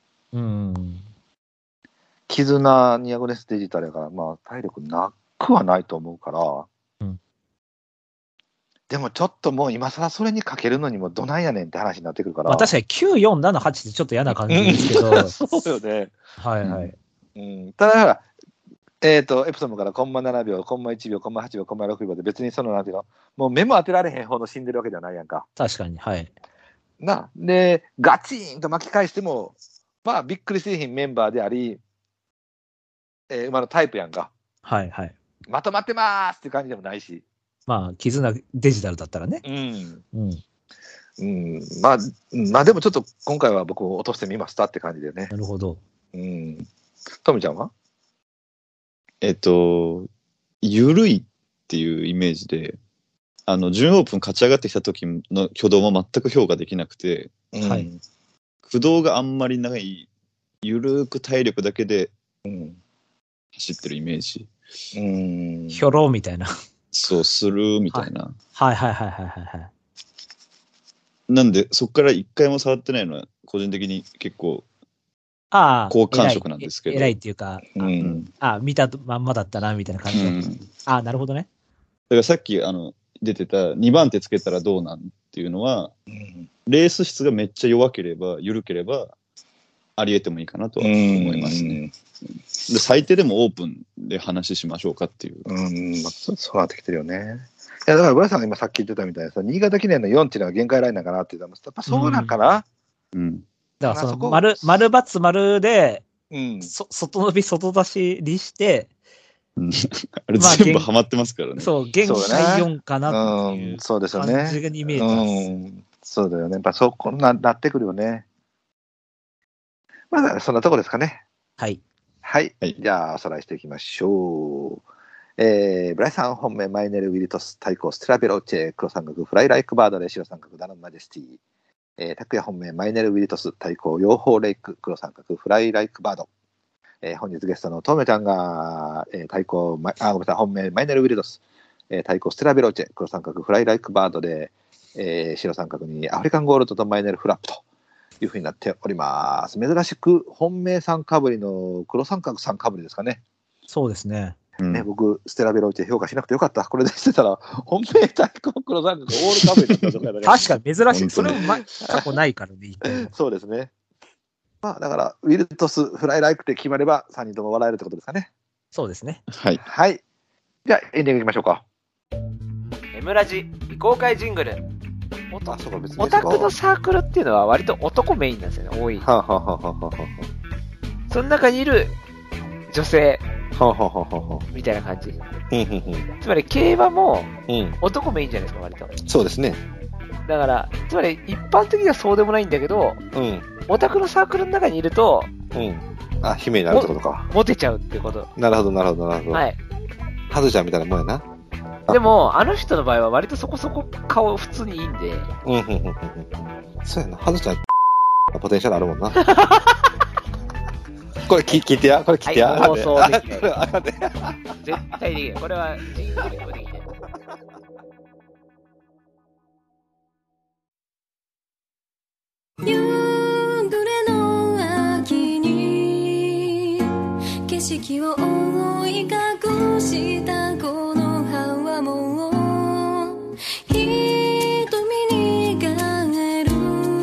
Speaker 2: 絆ニアゴネスデジタルやから、まあ体力なくはないと思うから、うん、でもちょっともう今更それにかけるのにもどないやねんって話になってくるから。
Speaker 1: まあ確かに9、4、7、8ってちょっと嫌な感じですけど。
Speaker 2: そうよね。
Speaker 1: はいはい。
Speaker 2: うん、ただ、エプソムからコンマ7秒、コンマ1秒、コンマ8秒、コンマ6秒で別にそのなんていうの、もう目も当てられへんほど死んでるわけじゃないやんか。
Speaker 1: 確かに、はい。
Speaker 2: で、ガチンと巻き返しても、まあびっくりせえへんメンバーであり、馬のタイプやんか。
Speaker 1: はいはい。
Speaker 2: まとまってますっていう感じでもないし。
Speaker 1: まあ、絆デジタルだったらね。
Speaker 2: まあでもちょっと今回は僕を落としてみましたって感じでね。
Speaker 1: なるほど。
Speaker 2: トミちゃんは
Speaker 3: ゆるいっていうイメージで、準オープン勝ち上がってきた時の挙動も全く評価できなくて、
Speaker 1: はい。
Speaker 3: 駆動があんまりない、ゆるく体力だけで走ってるイメージ。
Speaker 1: ひょろみたいな。
Speaker 3: そう、するみたいな。
Speaker 1: はいはいはいはいはい。
Speaker 3: なんで、そこから一回も触ってないのは、個人的に結構、好感触なんですけど。
Speaker 1: 偉いっていうか、見たまんまだったな、みたいな感じ。なるほどね。
Speaker 3: だからさっき、出てた2番手つけたらどうなんっていうのは、レース質がめっちゃ弱ければ、緩ければ、あり得てもいいかなとは思いますね。で最低でもオープンで話しましょうかっていう。
Speaker 2: そうなってきてるよね。いやだから浦さんが今さっき言ってたみたいなさ、新潟記念の4っていうのが限界ラインなんかなって言ったら、やっぱそうなんかな。
Speaker 1: だからその丸×丸で、外伸び外出しにして、
Speaker 3: あれ全部ハマってますからね。
Speaker 1: そう、限界4かなっていう
Speaker 2: そうですよね。
Speaker 1: 感じがイメージ
Speaker 2: そうだよね。やっぱそうこんなってくるよね。まあそんなとこですかね。
Speaker 1: はい。
Speaker 2: はい。じゃあおさらいしていきましょう。ブライさん本命マイネル・ウィルトス対抗ステラベローチェ黒三角フライライクバードで白三角ダノンマジェスティ拓也本命マイネル・ウィルトス対抗養蜂レイク黒三角フライライクバード本日ゲストのトメちゃんが対抗本命マイネル・ウィルトス対抗ステラベローチェ黒三角フライライクバードで白三角にアフリカンゴールドとマイネル・フラップというふうになっております。珍しく本命3かぶりの黒三角3かぶりですかね。
Speaker 1: そうですね。
Speaker 2: 僕、ステラベローチェ評価しなくてよかった。これでしてたら、本命対抗黒三角オールかぶりだったとか、ね、
Speaker 1: 確かに珍しい。それも過去ないからね。
Speaker 2: そうですね。まあ、だから、ウィルトス、フライライクって決まれば、3人とも笑えるってことですかね。
Speaker 1: そうですね。
Speaker 3: はい。
Speaker 2: はい。じゃあ、エンディングいきましょうか。
Speaker 4: エムラジ未公開ジングル。オタクのサークルっていうのは割と男メインなんですよね、多い。その中にいる女性みたいな感じ。つまり競馬も男メインじゃないですか、割と。
Speaker 2: そうですね。
Speaker 4: だから、つまり一般的にはそうでもないんだけど、オタクのサークルの中にいると、
Speaker 2: 姫になるってことか。
Speaker 4: モテちゃうってこと。
Speaker 2: なるほど。はい。ハズちゃんみたいなもんやな。
Speaker 4: でも、あの人の場合は割とそこそこ顔普通にいいんで。
Speaker 2: そうやな。ハズちゃん、ポテンシャルあるもんな。これ聞いてや。これ聞いてや。
Speaker 4: 放送できない。絶対できない。これはジングルできない。
Speaker 5: 夕暮れの秋に景色息を覆い隠したこの葉はもう瞳に変える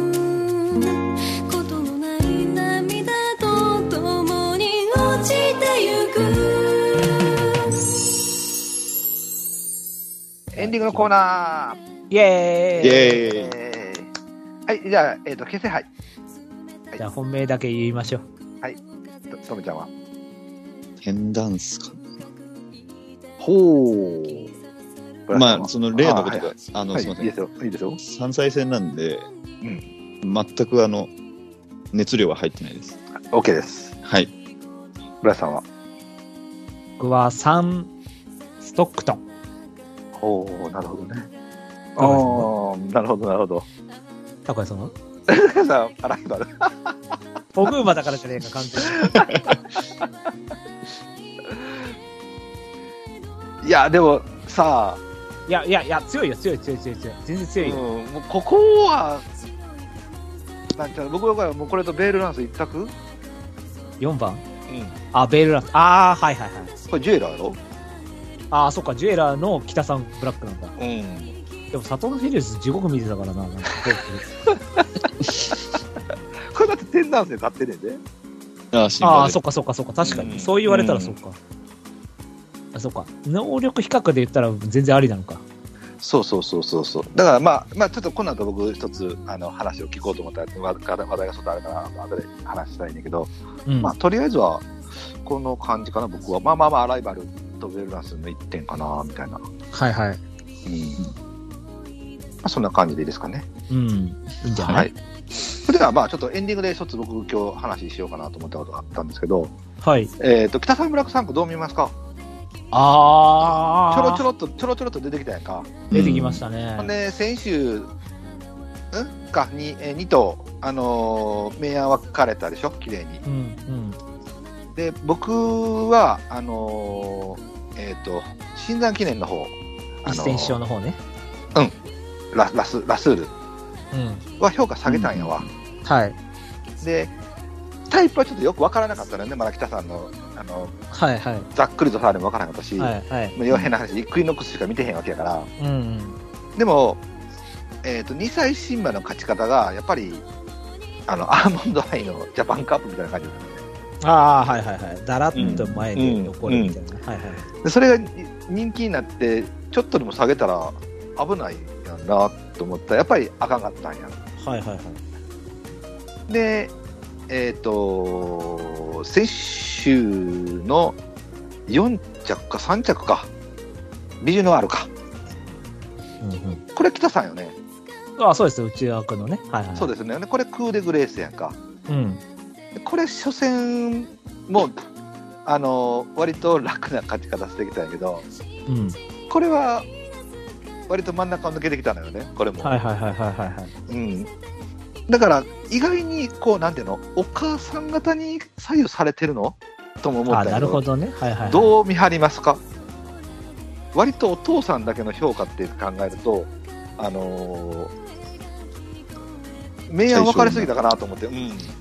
Speaker 5: ことのない涙と共に落ちてゆく。
Speaker 2: エンディングのコーナー。
Speaker 1: イエーイ。
Speaker 3: イエーイ。
Speaker 2: はい、じゃあ、結成杯。はい、
Speaker 1: じゃあ本命だけ言いましょう。
Speaker 2: はい。とめちゃんは
Speaker 3: ペンダンスか。
Speaker 2: ほう。
Speaker 3: まあ、その例のことが、
Speaker 2: はい、
Speaker 3: すみません。
Speaker 2: いいですよ。いいですよ。
Speaker 3: 3歳戦なんで、
Speaker 2: うん、
Speaker 3: 全く熱量は入ってないです。
Speaker 2: OK です。
Speaker 3: はい。
Speaker 2: 村井さんは
Speaker 1: 僕は3ストックトン。
Speaker 2: ほう、なるほどね。ああ、なるほど、なるほど。
Speaker 1: 高谷さんは
Speaker 2: さん、ライバル。
Speaker 1: ポグーマだからじゃねえか、完全に。
Speaker 2: いや、でも、さあ。
Speaker 1: いや、強いよ。全然強いよ。
Speaker 2: もうここは、なんちゃう、僕はもうこれとベールランス一択
Speaker 1: ?4 番、
Speaker 2: うん、
Speaker 1: あ、ベールランス。ああ、はい。
Speaker 2: これジュエラーやろ。あ
Speaker 1: あ、そっか、ジュエラーの北さんブラックなんだ。
Speaker 2: うん。
Speaker 1: でも、サトノフィルス地獄見てたからな。
Speaker 2: これだってテンダンスで買ってねえで。
Speaker 1: ああ、そっか。確かに。そう言われたらそっか。あ、そっか。能力比較で言ったら全然ありなのか。
Speaker 2: そう。だからまあ、ちょっとこの後僕一つ話を聞こうと思ったら話題がちょっとあるから後で話したいんだけど、まあとりあえずはこの感じかな。僕はまあライバルとベルランスの1点かなみたいな。
Speaker 1: はい。
Speaker 2: まあそんな感じでいいですかね。
Speaker 1: いいんじゃない。はい。
Speaker 2: それではまあちょっとエンディングで一つ僕今日話しようかなと思ったことがあったんですけど、
Speaker 1: はい。
Speaker 2: 北三ブラック3区どう見ますか？
Speaker 1: ああ。
Speaker 2: ちょろちょろっと出てきたやんか。
Speaker 1: 出てきましたね。
Speaker 2: で先週に2頭明暗分かれたでしょ、綺麗に。で僕は新山記念の方、
Speaker 1: 一戦勝の方ね。
Speaker 2: ラスールは評価下げたんやわ。
Speaker 1: はい。
Speaker 2: でタイプはちょっとよく分からなかったのよね。まだ北さんのざっくりとさでも分からなかったし、要変な話、イクイノックスしか見てへんわけやから。でも2歳新馬の勝ち方がやっぱりアーモンドアイのジャパンカップみたいな感じだったね。
Speaker 1: ああ、はい。だらっと前で残るみたいな。
Speaker 2: でそれが人気になってちょっとでも下げたら危ないやんなと思ったらやっぱりあかんかったんや。で先週の4着か3着かビジュノワールか、これ北さんよね。
Speaker 1: あ、そうですよ、内枠のね。
Speaker 2: そうですね。これクーデグレースやんか。これ初戦も割と楽な勝ち方してきたんやけど、これは割と真ん中を抜けてきたのよね。これも。だから意外にこうなんていうの、お母さん方に左右されてるのとも思ったけど。なるほどね。どう見張りますか？割とお父さんだけの評価って考えると明暗分かれすぎたかなと思って。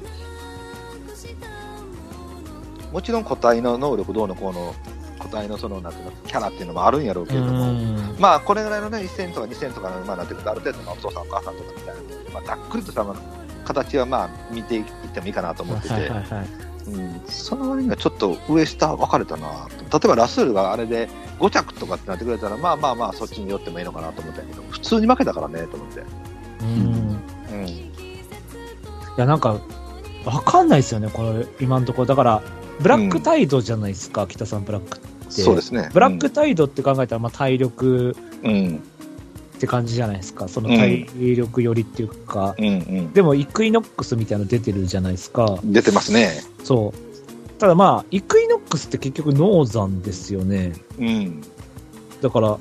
Speaker 2: もちろん個体の能力どうのこうの個体のそのなんていうのキャラっていうのもあるんやろうけれども、まあこれぐらいのね1戦とか2戦とかのまあなってくるとある程度のお父さんお母さんとかみたいな、まあ、ざっくりとした形はまあ見ていってもいいかなと思ってて、その割にはちょっと上下分かれたなと。例えばラスールがあれで5着とかってなってくれたらまあそっちに寄ってもいいのかなと思ったけど、普通に負けたからねと思って。
Speaker 1: いやなんか分かんないですよねこの今のところ。だからブラックタイドじゃないですか、北さんブラックって。そうですね。ブラックタイドって考えたらまあ体力って感じじゃないですか。その体力寄りっていうか、でもイクイノックスみたいなの出てるじゃないですか。
Speaker 2: 出てますね。そう。
Speaker 1: ただまあイクイノックスって結局ノーザンですよね。だから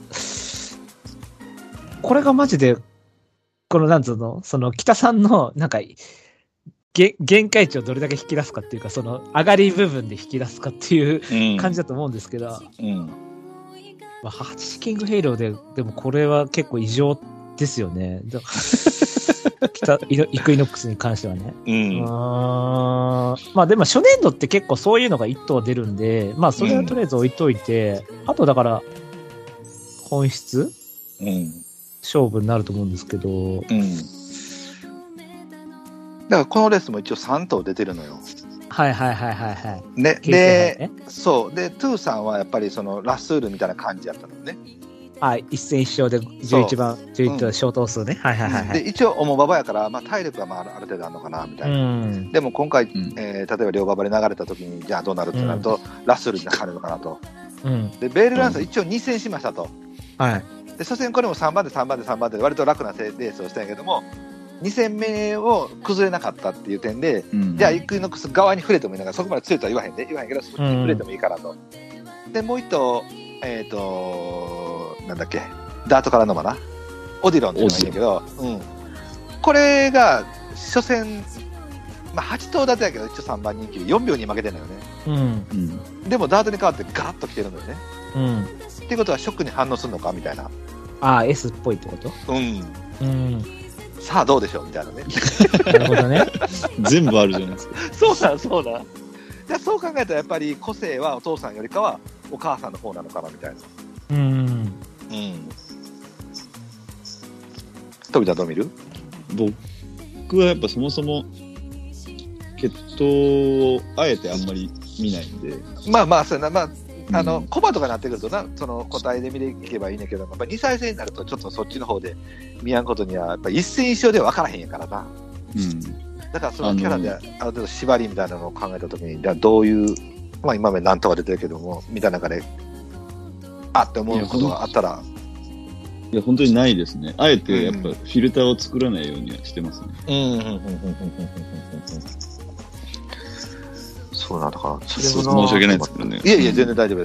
Speaker 1: これがマジでこのなんつうの、その北さんのなんか限界値をどれだけ引き出すかっていうか、その上がり部分で引き出すかっていう感じだと思うんですけど、まあ、8キングヘイローでもこれは結構異常ですよね。 イクイノックスに関してはね。
Speaker 2: うん。
Speaker 1: まあでも初年度って結構そういうのが1頭出るんで、まあそれはとりあえず置いといて、あとだから、本質、勝負になると思うんですけど。
Speaker 2: だからこのレースも一応3頭出てるのよ。
Speaker 1: はいはいはいはいはい。
Speaker 2: ね、で、そう。で、トゥーさんはやっぱりそのラスールみたいな感じやったのね。
Speaker 1: はい、一戦一勝で11番、11小頭数ね。はいはいはい、はい。
Speaker 2: で、一応、重馬場やから、まあ、体力はまあある程度あるのかな、みたいな。でも今回、例えば両馬場で流れた時に、じゃあどうなるってなると、ラスールに流れるのかなと。で、ベールランスは一応2戦しましたと。
Speaker 1: はい。
Speaker 2: で、初戦これも3番で3番で3番で、割と楽なレースをしたんやけども、2戦目を崩れなかったっていう点で、じゃあイクイノックス側に触れてもいいんだから、そこまで強いとは言わへんけど、そこに触れてもいいからと。で、もう一頭、なんだっけ、ダートからの馬な、オディロンっていうのがいいんだけど、これが初戦、まあ、8頭立てだけど、一応3番人気で4秒に負けてるのよね。でもダートに変わってガーッと来てるんだよね。っていうことはショックに反応するのかみたいな。
Speaker 1: ああ、S っぽいってこと？
Speaker 2: さあどうでしょうみたいなね。
Speaker 1: なるほどね。
Speaker 3: 全部あるじゃないですか。
Speaker 2: そうだ。じゃあそう考えたらやっぱり個性はお父さんよりかはお母さんの方なのかなみたいな。飛びたどう見る？
Speaker 3: 僕はやっぱそもそも血統をあえてあんまり見ないんで。
Speaker 2: まあそうやな、コバとかになってくるとな、その個体で見ていけばいいねんけど、やっぱ2歳生になるとちょっとそっちの方で見やんことにはやっぱ一戦一勝では分からへんやからな。だからそのキャラである程度縛りみたいなのを考えたときに、どういう、まあ今まで何とか出てるけども、みたいな中で、あって思うことがあったら。
Speaker 3: いや、本当にないですね。あえてやっぱフィルターを作らないようにはしてますね。
Speaker 2: そうなんだから、
Speaker 3: それ申し訳ないですけどね。
Speaker 2: いや全然大丈夫です。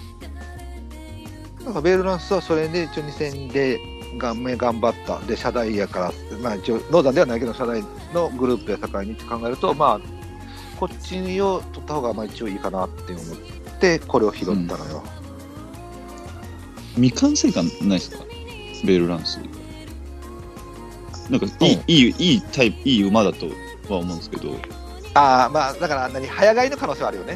Speaker 2: なんかベールランスはそれで一応2戦で頑張った。で、社大やから、まあ一応、ノーザンではないけど、社大のグループや境にって考えると、まあ、こっちを取った方がまあ一応いいかなって思って、これを拾ったのよ。
Speaker 3: 未完成感ないですか？ベールランス。なんかいいタイプ、いい馬だとは思うんですけど。
Speaker 2: まあだから早飼いの可能性はあるよね。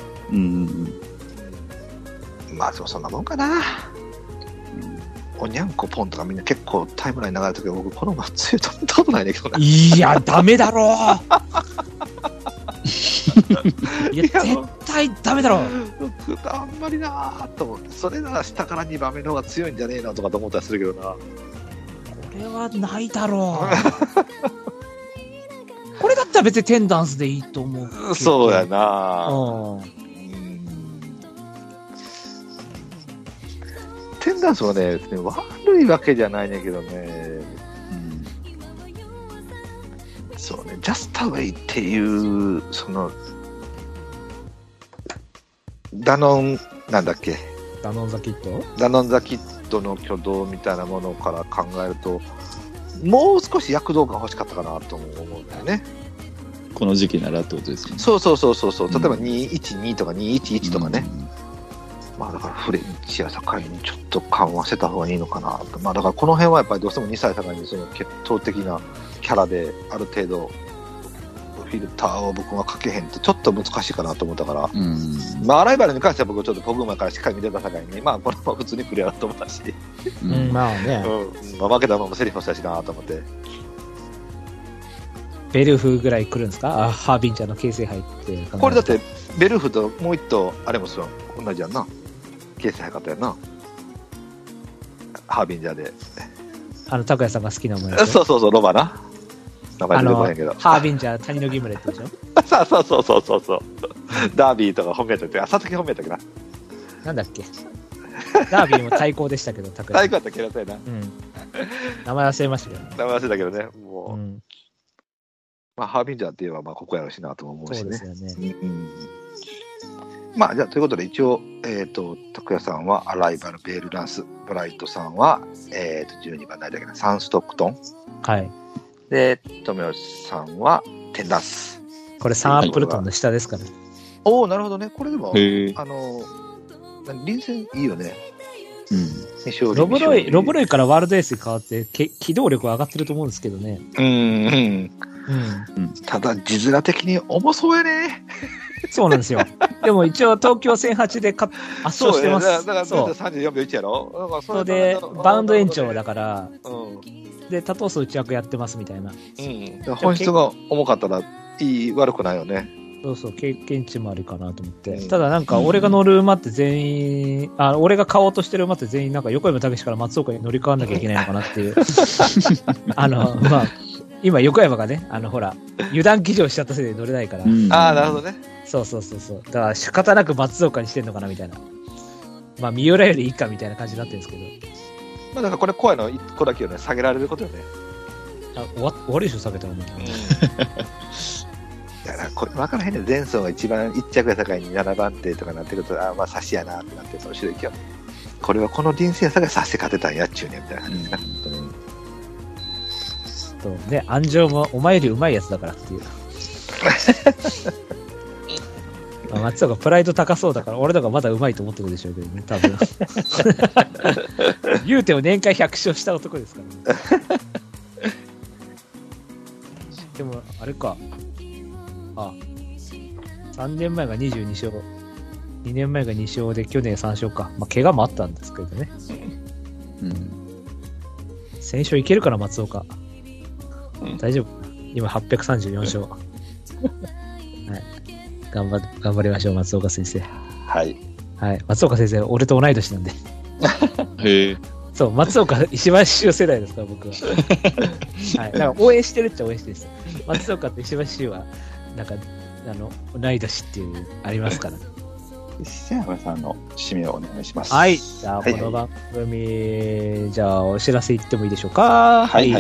Speaker 2: まあでもそんなもんかな。おにゃんこポンとかみんな結構タイムライン流れるときは僕この馬強いと思ったことないねんけどね。
Speaker 1: いやダメだろう。いや絶対ダメだろう。
Speaker 2: あんまりなーと思って、それなら下から2番目の方が強いんじゃねえなとかと思ったりするけどな。こ
Speaker 1: れはないだろう。これだったら別にテンダンスでいいと思う。
Speaker 2: そうやな。テンダンスはね、悪いわけじゃないねんけどね。そうね、ジャスタウェイっていうそのダノンなんだっけ？
Speaker 1: ダノンザキッド？
Speaker 2: ダノンザキッドの挙動みたいなものから考えると、もう少し躍動感欲しかったかなと思うんだよね。
Speaker 3: この時期ならってことですかね。
Speaker 2: そう。例えば212とか211とかね。まあだからフレンチや境にちょっと緩和してた方がいいのかなと。まあだからこの辺はやっぱりどうしても2歳境にその血統的なキャラである程度フィルターを僕はかけへんってちょっと難しいかなと思ったから、まあアライバルに関しては僕ちょっとポグマからしっかり見てた境に、まあこれは普通にクリアだと思ったし、
Speaker 1: まあね、
Speaker 2: 負けたままセリフもしたしなと思って。
Speaker 1: ベルフぐらい来るんですか？ハービンジャーの形成杯って。
Speaker 2: これだってベルフともう一頭あれもそう同じやんな。形成杯かったやんな。ハービンジャーで。
Speaker 1: 拓也さんが好きなもんや。
Speaker 2: そうロバな。名前出てこないけど。
Speaker 1: ハービンジャー谷のギムレットでしょ。
Speaker 2: そう。ダービーとか本命とか、佐々木本命だっけな。
Speaker 1: なんだっけ。ダービーも対抗でしたけど、
Speaker 2: 拓也。対抗だったけど、そうやな。
Speaker 1: 名前忘れましたけどね。
Speaker 2: 名前忘れたけどね、もう。まあ、ハービンジャーって言えば、まあ、ここやろうしなと思うしね。そうですよね。まあ、じゃあ、ということで、一応、拓也さんはアライバル、ベールランス、ブライトさんは、12番、何だっけな、サンストックトン。
Speaker 1: はい。
Speaker 2: で、富吉さんは、テンダンス。
Speaker 1: これ、サンアップルトンの下ですから。
Speaker 2: おお、なるほどね。これでも、臨戦いいよね。
Speaker 1: ロブロイからワールドエースに変わって機動力は上がってると思うんですけどね。
Speaker 2: ただ字面的に重そうやね。
Speaker 1: そうなんですよ。でも一応東京1008で圧勝してます。
Speaker 2: だから34秒1やろ。
Speaker 1: それでバウンド延長だから、で多頭数内枠やってますみたいな。
Speaker 2: 本質が重かったら悪くないよね。
Speaker 1: そう経験値もあるかなと思って、ただなんか俺が乗る馬って全員、俺が買おうとしてる馬って全員なんか横山武史から松岡に乗り換わんなきゃいけないのかなっていうまあ今横山がねほら油断騎乗しちゃったせいで乗れないから、
Speaker 2: なるほどね。
Speaker 1: そうだから仕方なく松岡にしてんのかなみたいな、まあ三浦よりいいかみたいな感じになってるんですけど、
Speaker 2: まあだからこれ怖いの1個だけよね、下げられることよね。
Speaker 1: 終わりでしょ下げたらね。
Speaker 2: だからこれ分からへんね。前走が一番1着が高いに7番手とかなってくると、まあ差しやなってなって、その白い気はこれはこの臨戦差が差して勝てたんやっちゅうねみたいな感じですか。
Speaker 1: そうね、安城もお前より上手いやつだからっていう。松岡プライド高そうだから俺とかまだ上手いと思ってるでしょうけどね、多分。言うても年間100勝した男ですからね。でもあれか、3年前が22勝、2年前が2勝で去年3勝か。まあ怪我もあったんですけどね。1000勝いけるから松岡。大丈夫？今834勝。はい。頑張りましょう、松岡先生。
Speaker 2: はい。
Speaker 1: 松岡先生、俺と同い年なんで。
Speaker 3: へえ。
Speaker 1: そう、松岡、石橋修世代ですから、僕は。はい。だから応援してるっちゃ応援してるんです。松岡と石橋修は、なんか、同い年っていう、ありますから。
Speaker 2: 石山さんの締めをお願いします。
Speaker 1: はい。じゃあ、この番組、じゃあ、お知らせ言ってもいいでしょうか。はい。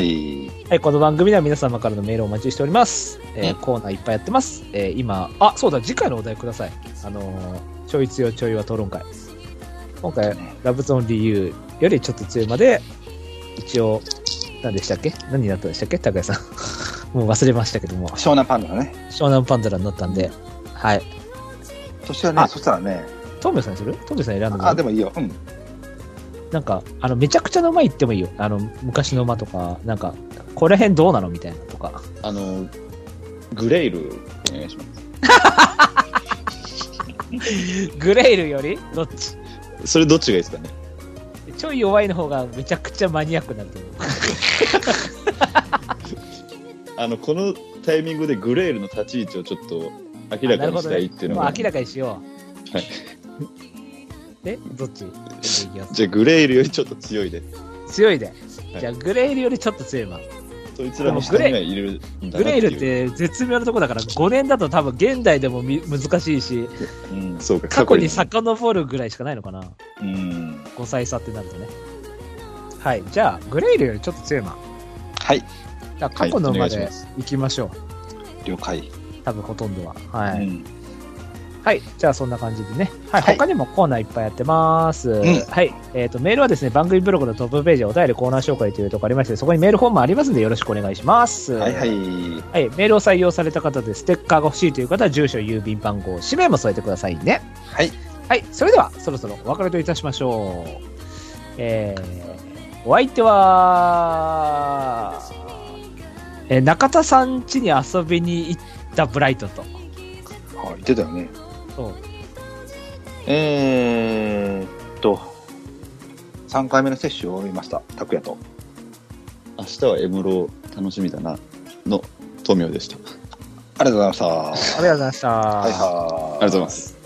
Speaker 1: この番組では皆様からのメールをお待ちしております。コーナーいっぱいやってます。今、そうだ、次回のお題ください。ちょい強ちょいは討論会。今回、ラブゾーン理由よりちょっと強いまで、一応、何でしたっけ？何になったんでしたっけ？高谷さん。もう忘れましたけども。
Speaker 2: 湘南パンダね。
Speaker 1: 湘南パンダラになったんで、はい。
Speaker 2: そしたらね、そしたらね。
Speaker 1: トムさんにする？トムさん選んでも
Speaker 2: でもいいよ。
Speaker 1: なんか、めちゃくちゃの馬言ってもいいよ。昔の馬とか、なんか、この辺どうなのみたいなとか。
Speaker 3: グレイル、お願いします。
Speaker 1: グレイルよりどっち？
Speaker 3: それどっちがいいですかね。
Speaker 1: ちょい弱いの方がめちゃくちゃマニアックになると思う。
Speaker 3: このタイミングでグレイルの立ち位置をちょっと明らかにしたいっていうのが、
Speaker 1: もう明らかにしよ
Speaker 3: う。はい。
Speaker 1: で、どっち？
Speaker 3: じゃあグレイルよりちょっと強いで。
Speaker 1: 強いで。じゃあグレイルよりちょっと強い馬。
Speaker 3: そいつらの下にはいるんだなっていう。
Speaker 1: グレイルって絶妙なとこだから、5年だと多分現代でも難しいし、
Speaker 3: そうか、
Speaker 1: 過去に遡るぐらいしかないのかな。5歳差ってなるとね。はい。じゃあ、グレイルよりちょっと強い馬。
Speaker 2: はい。
Speaker 1: じゃあ、過去の馬で行きましょう。
Speaker 2: 了解。
Speaker 1: 多分ほとんどは。はい。はい。じゃあ、そんな感じでね。はい。他にもコーナーいっぱいやってます。はい。メールはですね、番組ブログのトップページ、お便りコーナー紹介というところありまして、そこにメールフォームありますのでよろしくお願いします。はい。はい。メールを採用された方でステッカーが欲しいという方は、住所、郵便番号、氏名も添えてくださいね。はい。はい。それでは、そろそろお別れといたしましょう。お相手は、中田さん家に遊びに行ったブライトと。
Speaker 2: 言ってたよね。
Speaker 1: そう。
Speaker 2: 3回目の接種を終えました。拓也と。
Speaker 3: 明日はエムロ楽しみだなのトミオでした。
Speaker 2: ありがとうございました。
Speaker 1: ありがとうございました。
Speaker 2: はいはい。
Speaker 3: ありがとうございます。